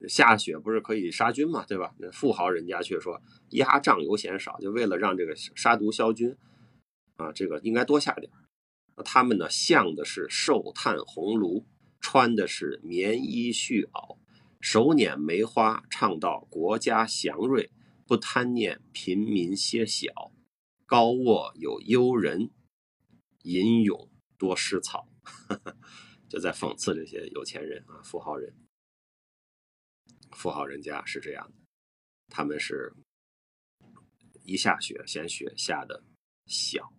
下雪不是可以杀菌嘛，对吧？那富豪人家却说压酱油嫌少，就为了让这个杀毒消菌啊，这个应该多下点。他们呢向的是寿炭红炉，穿的是棉衣絮袄，手捻梅花，唱到国家祥瑞，不贪念平民些小，高卧有幽人，吟咏多诗草。就在讽刺这些有钱人啊，富豪人。富豪人家是这样的，他们是一下雪嫌雪下的小。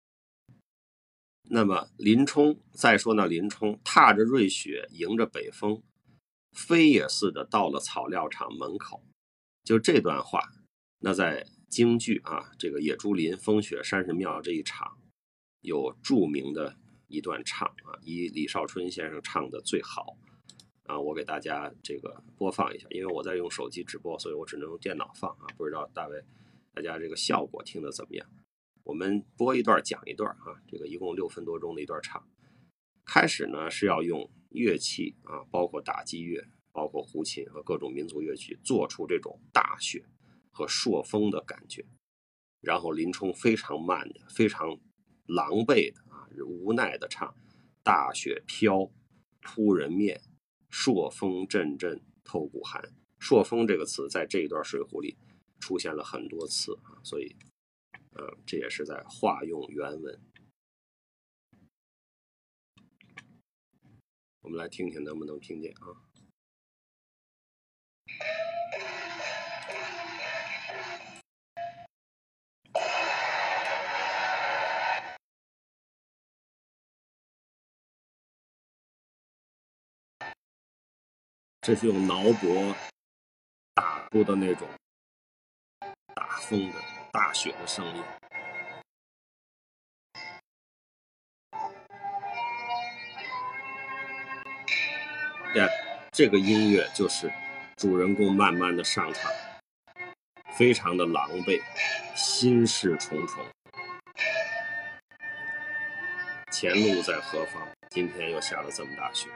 那么林冲，再说呢，林冲踏着瑞雪，迎着北风，飞也似的到了草料场门口。就这段话，那在京剧啊，这个野猪林风雪山神庙这一场，有著名的一段唱啊，以李少春先生唱的最好啊，我给大家这个播放一下，因为我在用手机直播，所以我只能用电脑放啊，不知道大家这个效果听得怎么样？我们播一段讲一段啊，这个一共6分多钟的一段唱。开始呢是要用乐器啊，包括打击乐，包括胡琴和各种民族乐曲，做出这种大雪和朔风的感觉。然后林冲非常慢的、非常狼狈的啊，无奈的唱：大雪飘，扑人面，朔风阵阵透骨寒。朔风这个词在这一段水浒里出现了很多次啊，所以这也是在化用原文。我们来听听能不能听见啊？这是用挠脖打出的那种大风的大雪的声音。对，这个音乐就是主人公慢慢的上场，非常的狼狈，心事重重。前路在何方？今天又下了这么大雪。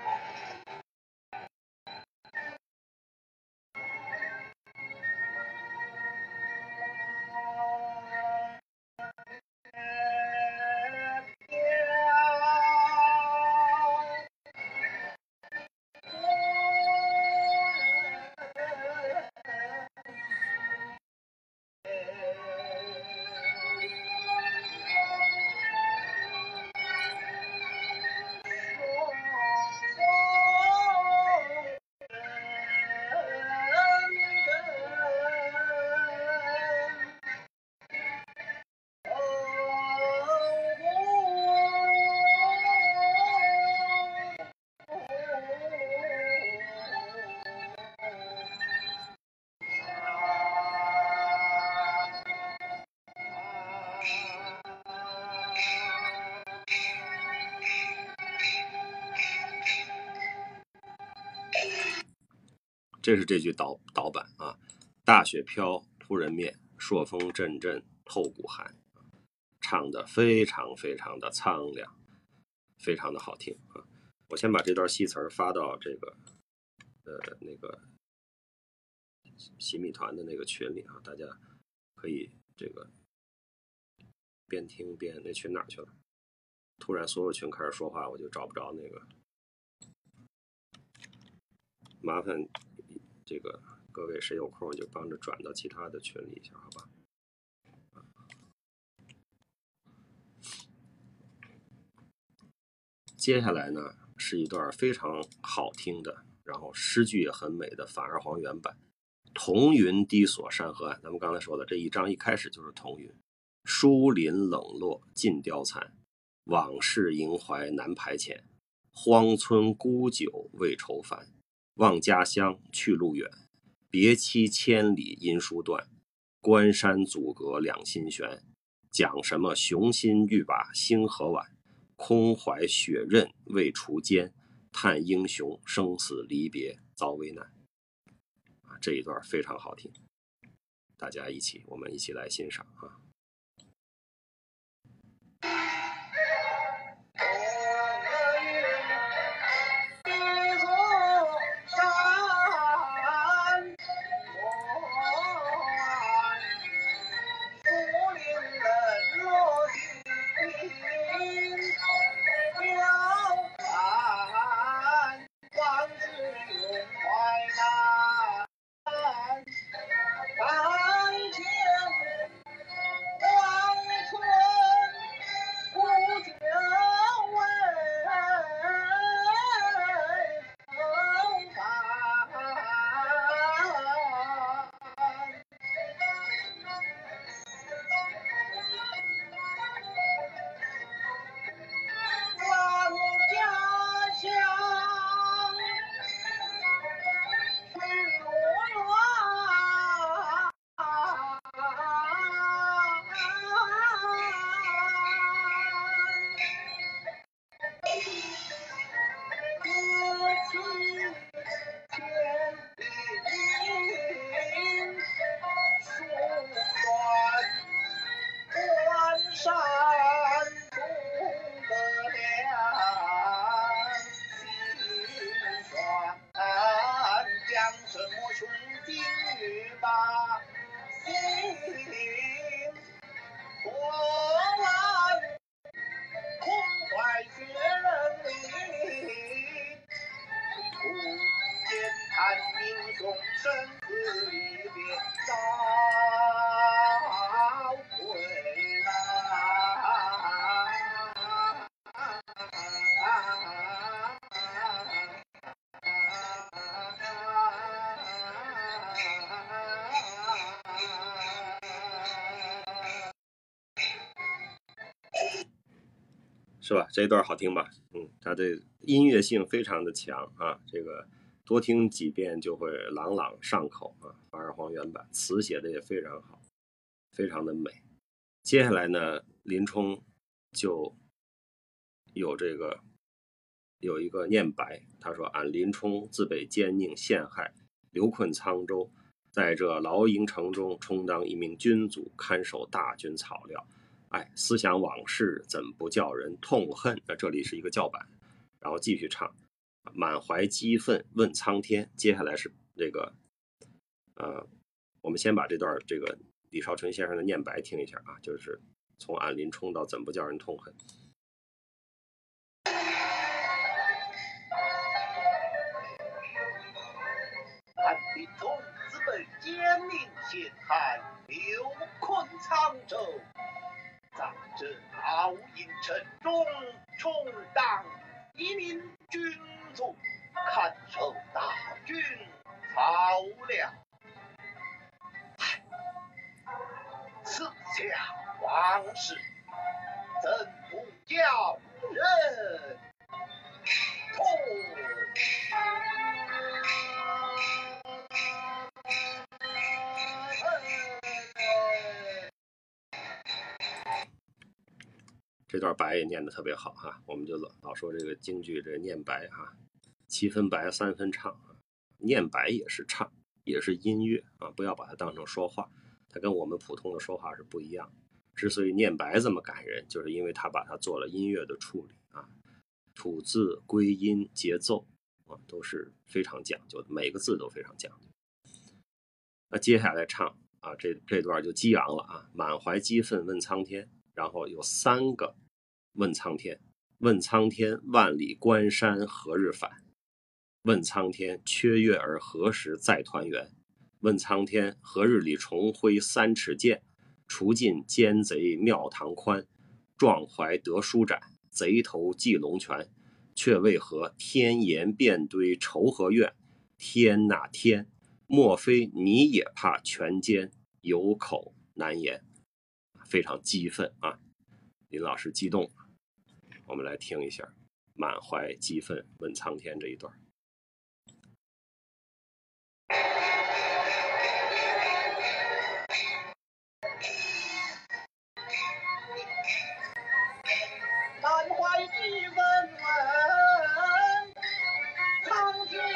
这是这句导版啊，大雪飘，扑人面，朔风阵阵透骨寒，唱得非常非常的苍凉，非常的好听啊。我先把这段戏词发到这个那个洗米团的那个群里啊，大家可以这个边听边那群哪去了？突然所有群开始说话，我就找不着那个，麻烦这个各位谁有空就帮着转到其他的群里一下，好吧？接下来呢是一段非常好听的，然后诗句也很美的反二黄原版。彤云低锁山河岸，咱们刚才说的这一章一开始就是彤云，疏林冷落尽凋残，往事萦怀难排遣，荒村孤酒未愁烦，望家乡去路远，别期千里音书断，关山阻隔两心悬，讲什么雄心欲把星河晚，空怀血刃未除坚，叹英雄生死离别遭危难。这一段非常好听，大家我们一起来欣赏啊。 生死离别早归来。 是吧？这一段好听吧？它的音乐性非常的强啊，这个多听几遍就会朗朗上口啊。法尔黄原版词写的也非常好，非常的美。接下来呢，林冲就有一个念白，他说：“俺林冲自北奸佞陷害，流困沧州，在这牢营城中充当一名军卒，看守大军草料。哎，思想往事，怎不叫人痛恨？”那这里是一个叫板，然后继续唱，满怀激愤问苍天。接下来是这个，我们先把这段这个李少春先生的念白听一下啊，就是从俺林冲到怎不叫人痛恨。 俺林冲自被奸佞陷害，流困沧州，在这牢营城中充当一名军卒，看守大军草料。思想往事，怎不叫人痛这段白也念得特别好哈，我们就老说这个京剧这个念白哈，7分白3分唱，念白也是唱，也是音乐啊，不要把它当成说话，它跟我们普通的说话是不一样。之所以念白这么感人，就是因为他把它做了音乐的处理啊，吐字归音节奏啊都是非常讲究的，每个字都非常讲究。那接下来唱啊，这段就激昂了啊，满怀激愤问苍天，然后有3个问苍天，问苍天万里关山何日返？问苍天缺月儿何时再团圆？问苍天何日里重挥3尺剑？除尽奸贼庙堂宽，壮怀得舒展，贼头祭龙泉。却为何天颜变堆仇和怨？天呐天，莫非你也怕权奸，有口难言？非常激愤啊！林老师激动，我们来听一下满怀激愤问苍天这一段。 满怀激愤问苍天，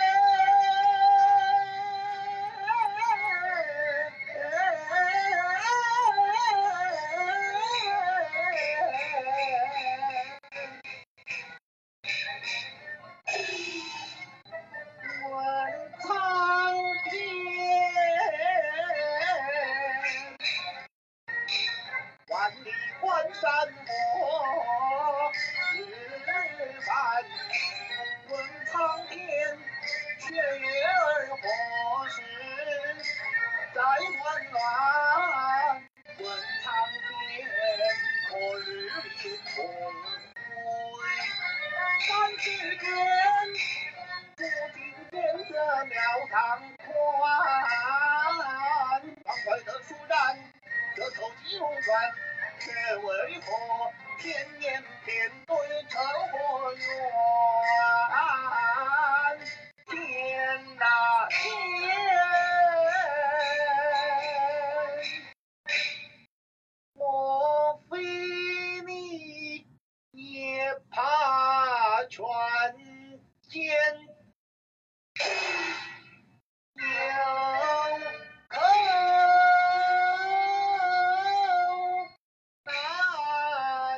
问苍天，万里关山何日返？问苍天，缺月儿何时再团圆？问苍天，何日里重归3尺剑？不尽奸贼庙堂宽，赶快的舒展，这头鸡龙泉，却为何天颜变堆仇和怨？天呐天，莫非你也怕权奸，有口难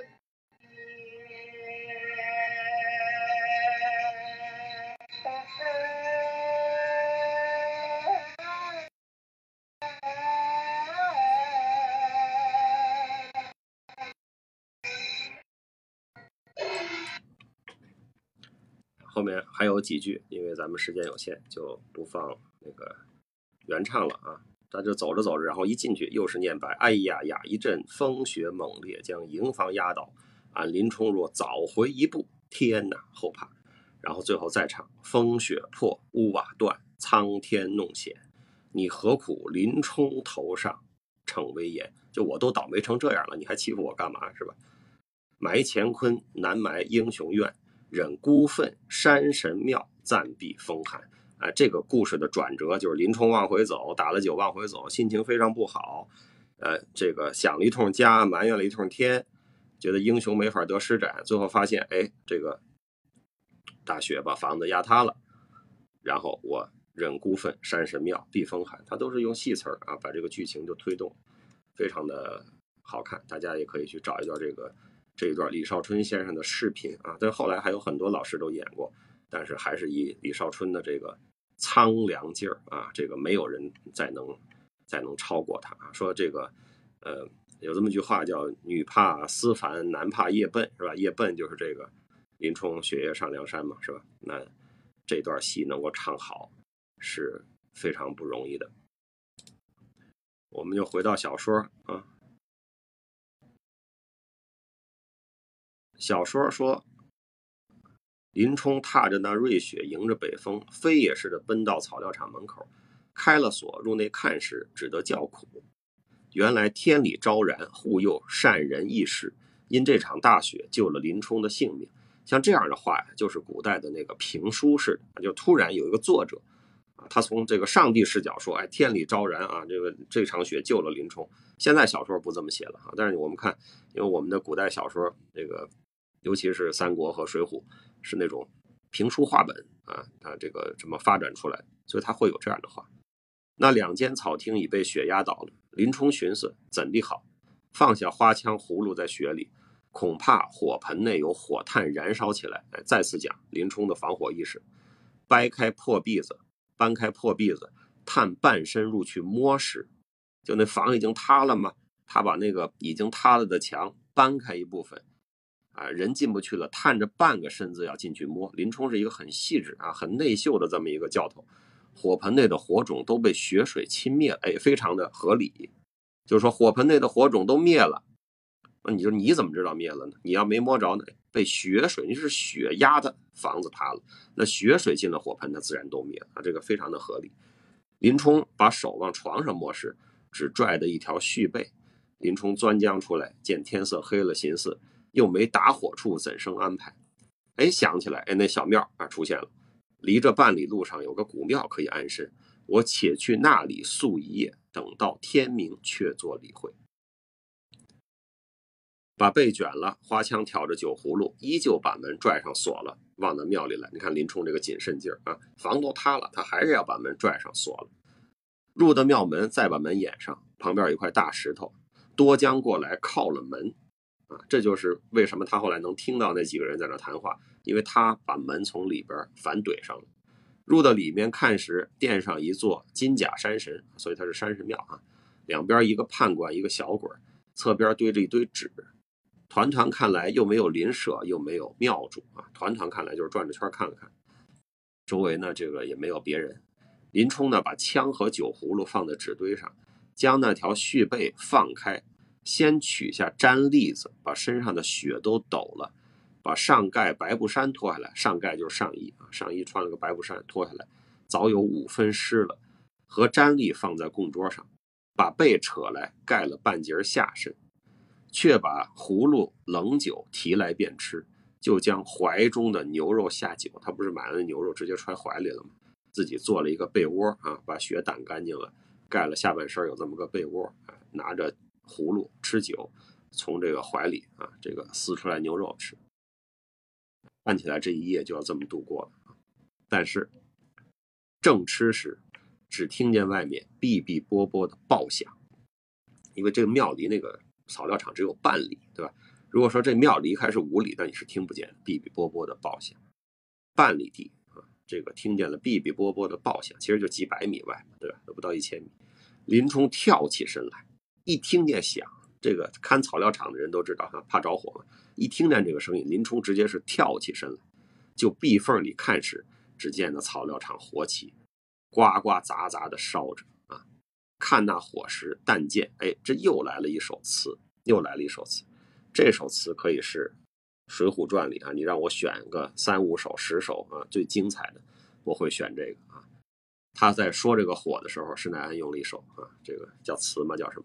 后面还有几句，因为咱们时间有限，就不放那个原唱了啊。他就走着走着，然后一进去又是念白，哎呀呀，一阵风雪猛烈，将营房压倒。俺林冲若早回一步，天哪后怕。然后最后再唱，风雪破，屋瓦断，苍天弄险，你何苦林冲头上逞威严？就我都倒霉成这样了，你还欺负我干嘛，是吧？埋乾坤难埋英雄愿，忍孤愤山神庙，暂避风寒。这个故事的转折就是林冲往回走，打了酒往回走，心情非常不好，这个想了一通家，埋怨了一通天，觉得英雄没法得施展，最后发现，这个大雪把房子压塌了，然后我忍孤愤山神庙，避风寒，他都是用戏词啊，把这个剧情就推动，非常的好看，大家也可以去找一找这一段李少春先生的视频啊，但后来还有很多老师都演过，但是还是以李少春的这个苍凉劲儿啊，这个没有人再能超过他啊。说这个有这么句话叫女怕思凡，男怕夜奔，是吧？夜奔就是这个林冲雪夜上梁山嘛，是吧？那这段戏能够唱好是非常不容易的。我们就回到小说啊，小说说林冲踏着那瑞雪，迎着北风，飞也似的奔到草料场门口，开了锁，入内看时，只得叫苦。原来天理昭然，护佑善人义士，因这场大雪救了林冲的性命。像这样的话呀，就是古代的那个评书似的，就突然有一个作者啊，他从这个上帝视角说，天理昭然啊，这场雪救了林冲。现在小说不这么写了啊，但是我们看，因为我们的古代小说，这个尤其是三国和水浒，是那种评书话本啊，它这个这么发展出来，所以它会有这样的话。那两间草厅已被雪压倒了，林冲寻思怎地好，放下花枪葫芦在雪里，恐怕火盆内有火炭燃烧起来。再次讲林冲的防火意识，搬开破篦子，探半身入去摸时，就那房已经塌了嘛，他把那个已经塌了的墙搬开一部分人进不去了，探着半个身子要进去摸。林冲是一个很细致很内秀的这么一个教头，火盆内的火种都被雪水侵灭了，非常的合理。就是说火盆内的火种都灭了，你怎么知道灭了呢？你要没摸着呢，被雪水，你是雪压的房子塌了，那雪水进了火盆，它自然都灭了这个非常的合理。林冲把手往床上摸时，只拽的一条絮被。林冲钻将出来，见天色黑了，寻思又没打火处，怎生安排？想起来，那小庙出现了，离这半里路上有个古庙可以安身，我且去那里宿一夜，等到天明却做理会。把被卷了，花枪挑着酒葫芦，依旧把门拽上锁了，往那庙里来。你看林冲这个谨慎劲儿房都塌了，他还是要把门拽上锁了。入的庙门，再把门掩上，旁边有一块大石头，多将过来靠了门这就是为什么他后来能听到那几个人在那谈话，因为他把门从里边反怼上了。入到里面看时，殿上一座金甲山神，所以他是山神庙两边一个判官，一个小鬼，侧边堆着一堆纸。团团看来又没有邻舍，又没有庙主团团看来就是转着圈看了看，周围呢这个也没有别人。林冲呢把枪和酒葫芦放在纸堆上，将那条絮被放开，先取下毡栗子，把身上的雪都抖了，把上盖白布衫脱下来，上盖就是上衣上衣穿了个白布衫脱下来，早有5分湿了，和毡栗放在供桌上，把被扯来盖了半截下身，却把葫芦冷酒提来便吃，就将怀中的牛肉下酒，他不是买了牛肉直接揣怀里了吗？自己做了一个被窝把血掸干净了，盖了下半身，有这么个被窝拿着葫芦吃酒，从这个怀里这个撕出来牛肉吃。看起来这一夜就要这么度过了但是正吃时，只听见外面哔哔啵啵的爆响，因为这个庙离那个草料场只有半里，对吧？如果说这庙离开是5里，那你是听不见哔哔啵啵的爆响。半里地这个听见了哔哔啵啵的爆响，其实就几百米外嘛，对吧？都不到1000米。林冲跳起身来，一听见响，这个看草料场的人都知道怕着火嘛，一听见这个声音，林冲直接是跳起身来， 就壁缝里看时，只见那草料场火起，呱呱杂杂的烧着啊。看那火时，但见，哎，这又来了一首词，又来了一首词。这首词可以是《水浒传》里啊，你让我选个3、5首、10首啊，最精彩的，我会选这个啊。他在说这个火的时候，施耐庵用了一首啊，这个叫词吗？叫什么？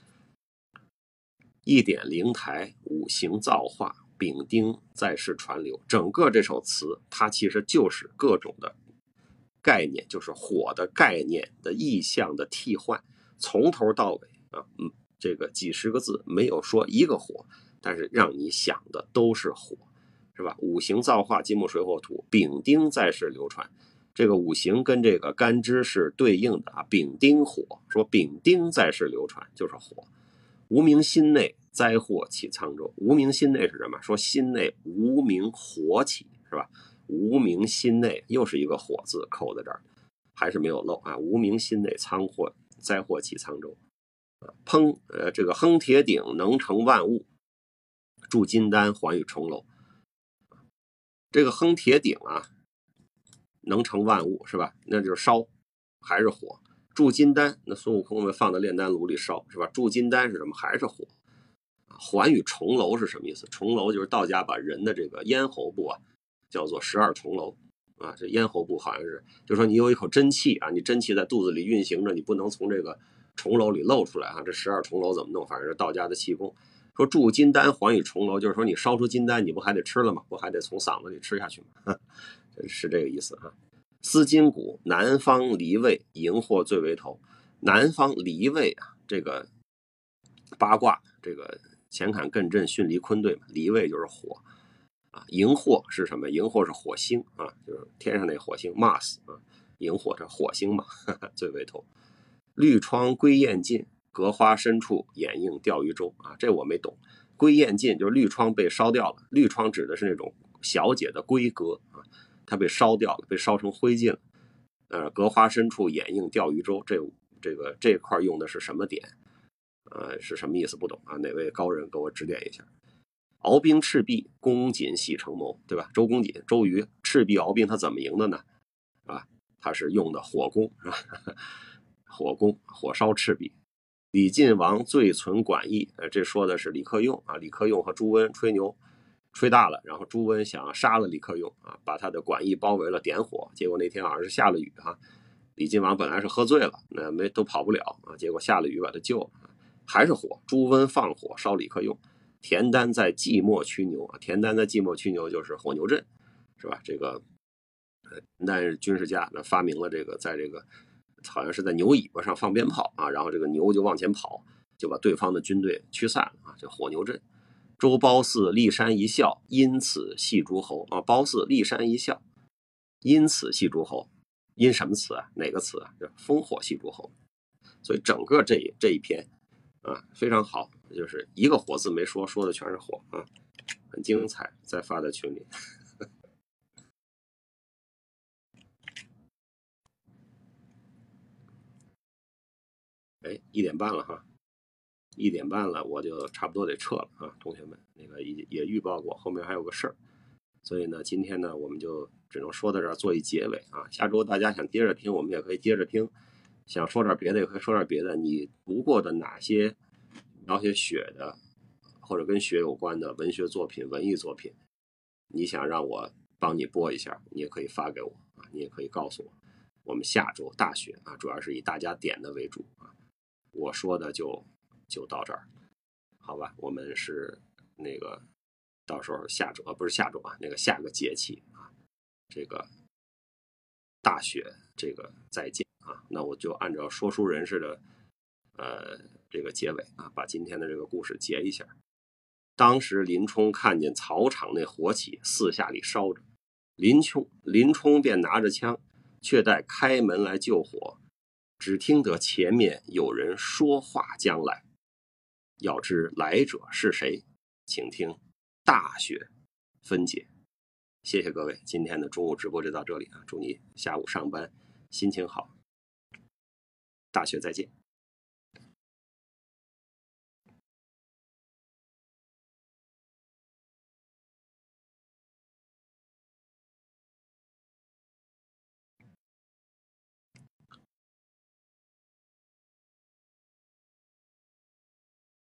一点灵台，五行造化，丙丁在世传流。整个这首词，它其实就是各种的概念，就是火的概念的意象的替换，从头到尾啊，这个几十个字没有说一个火，但是让你想的都是火，是吧？五行造化，金木水火土，丙丁在世流传。这个五行跟这个干支是对应的啊，丙丁火，说丙丁在世流传就是火。无名心内，灾祸起沧州。无名心内是什么？说心内无名火起，是吧？无名心内又是一个火字扣在这儿，还是没有漏啊。无名心内灾祸起沧州。这个亨铁鼎能成万物，铸金丹还与重楼。这个亨铁鼎啊，能成万物，是吧？那就是烧，还是火。铸金丹，那孙悟空们放在炼丹炉里烧，是吧？铸金丹是什么？还是火。还与重楼是什么意思？重楼就是道家把人的这个咽喉部啊，叫做12重楼啊。这咽喉部好像是，就是说你有一口真气啊，你真气在肚子里运行着，你不能从这个重楼里露出来啊。这12重楼怎么弄？反正是道家的气功。说铸金丹还与重楼，就是说你烧出金丹，你不还得吃了吗？不还得从嗓子里吃下去吗？是这个意思啊。思筋骨，南方离位，荧惑最为头。南方离位啊，这个八卦，这个乾坎艮震巽离坤兑嘛，离位就是火啊。荧惑是什么？荧惑是火星啊，就是天上那火星 Mars 啊，荧惑这火星嘛，最为头。绿窗归雁尽，隔花深处掩映钓鱼舟啊，这我没懂。归雁尽就是绿窗被烧掉了，绿窗指的是那种小姐的闺阁啊，它被烧掉了，被烧成灰烬了。隔花深处掩映钓鱼舟，这块用的是什么点？是什么意思？不懂啊？哪位高人给我指点一下？鏖兵赤壁，公瑾喜成谋，对吧？周公瑾、周瑜赤壁鏖兵，他怎么赢的呢？啊，他是用的火攻，是吧？火攻，火烧赤壁。李晋王罪存管驿，这说的是李克用啊。李克用和朱温吹牛，吹大了，然后朱温想杀了李克用啊，把他的管驿包围了，点火。结果那天好像是下了雨哈，李晋王本来是喝醉了，那都跑不了啊，结果下了雨把他救了。还是火，朱温放火烧李克用。田丹在寂寞驱牛啊，田丹在寂寞驱牛就是火牛阵，是吧？这个田丹是军事家，那发明了这个，在这个好像是在牛尾巴上放鞭炮啊，然后这个牛就往前跑，就把对方的军队驱散了啊，这火牛阵。周褒姒骊山一笑，因此系诸侯啊。褒姒骊山一笑，因此系诸侯。因什么词啊？哪个词啊？烽火戏诸侯。所以整个这一篇啊非常好，就是一个火字没说，说的全是火啊，很精彩，再发在群里。哎，1点半了哈，1点半了，我就差不多得撤了啊，同学们，那个也预报过，后面还有个事儿，所以呢，今天呢，我们就只能说到这儿，做一结尾啊。下周大家想接着听，我们也可以接着听；想说点别的，也可以说点别的。你读过的哪些描写雪的，或者跟雪有关的文学作品、文艺作品，你想让我帮你播一下，你也可以发给我啊，你也可以告诉我。我们下周大雪啊，主要是以大家点的为主啊。我说的就到这儿，好吧？我们是那个到时候下周不是下周啊，那个下个节气啊，这个大雪这个再见啊。那我就按照说书人似的这个结尾啊，把今天的这个故事结一下。当时林冲看见草场那火起，四下里烧着，林冲便拿着枪，却待开门来救火。只听得前面有人说话将来，要知来者是谁，请听大雪分解。谢谢各位，今天的中午直播就到这里啊，祝你下午上班心情好，大雪再见。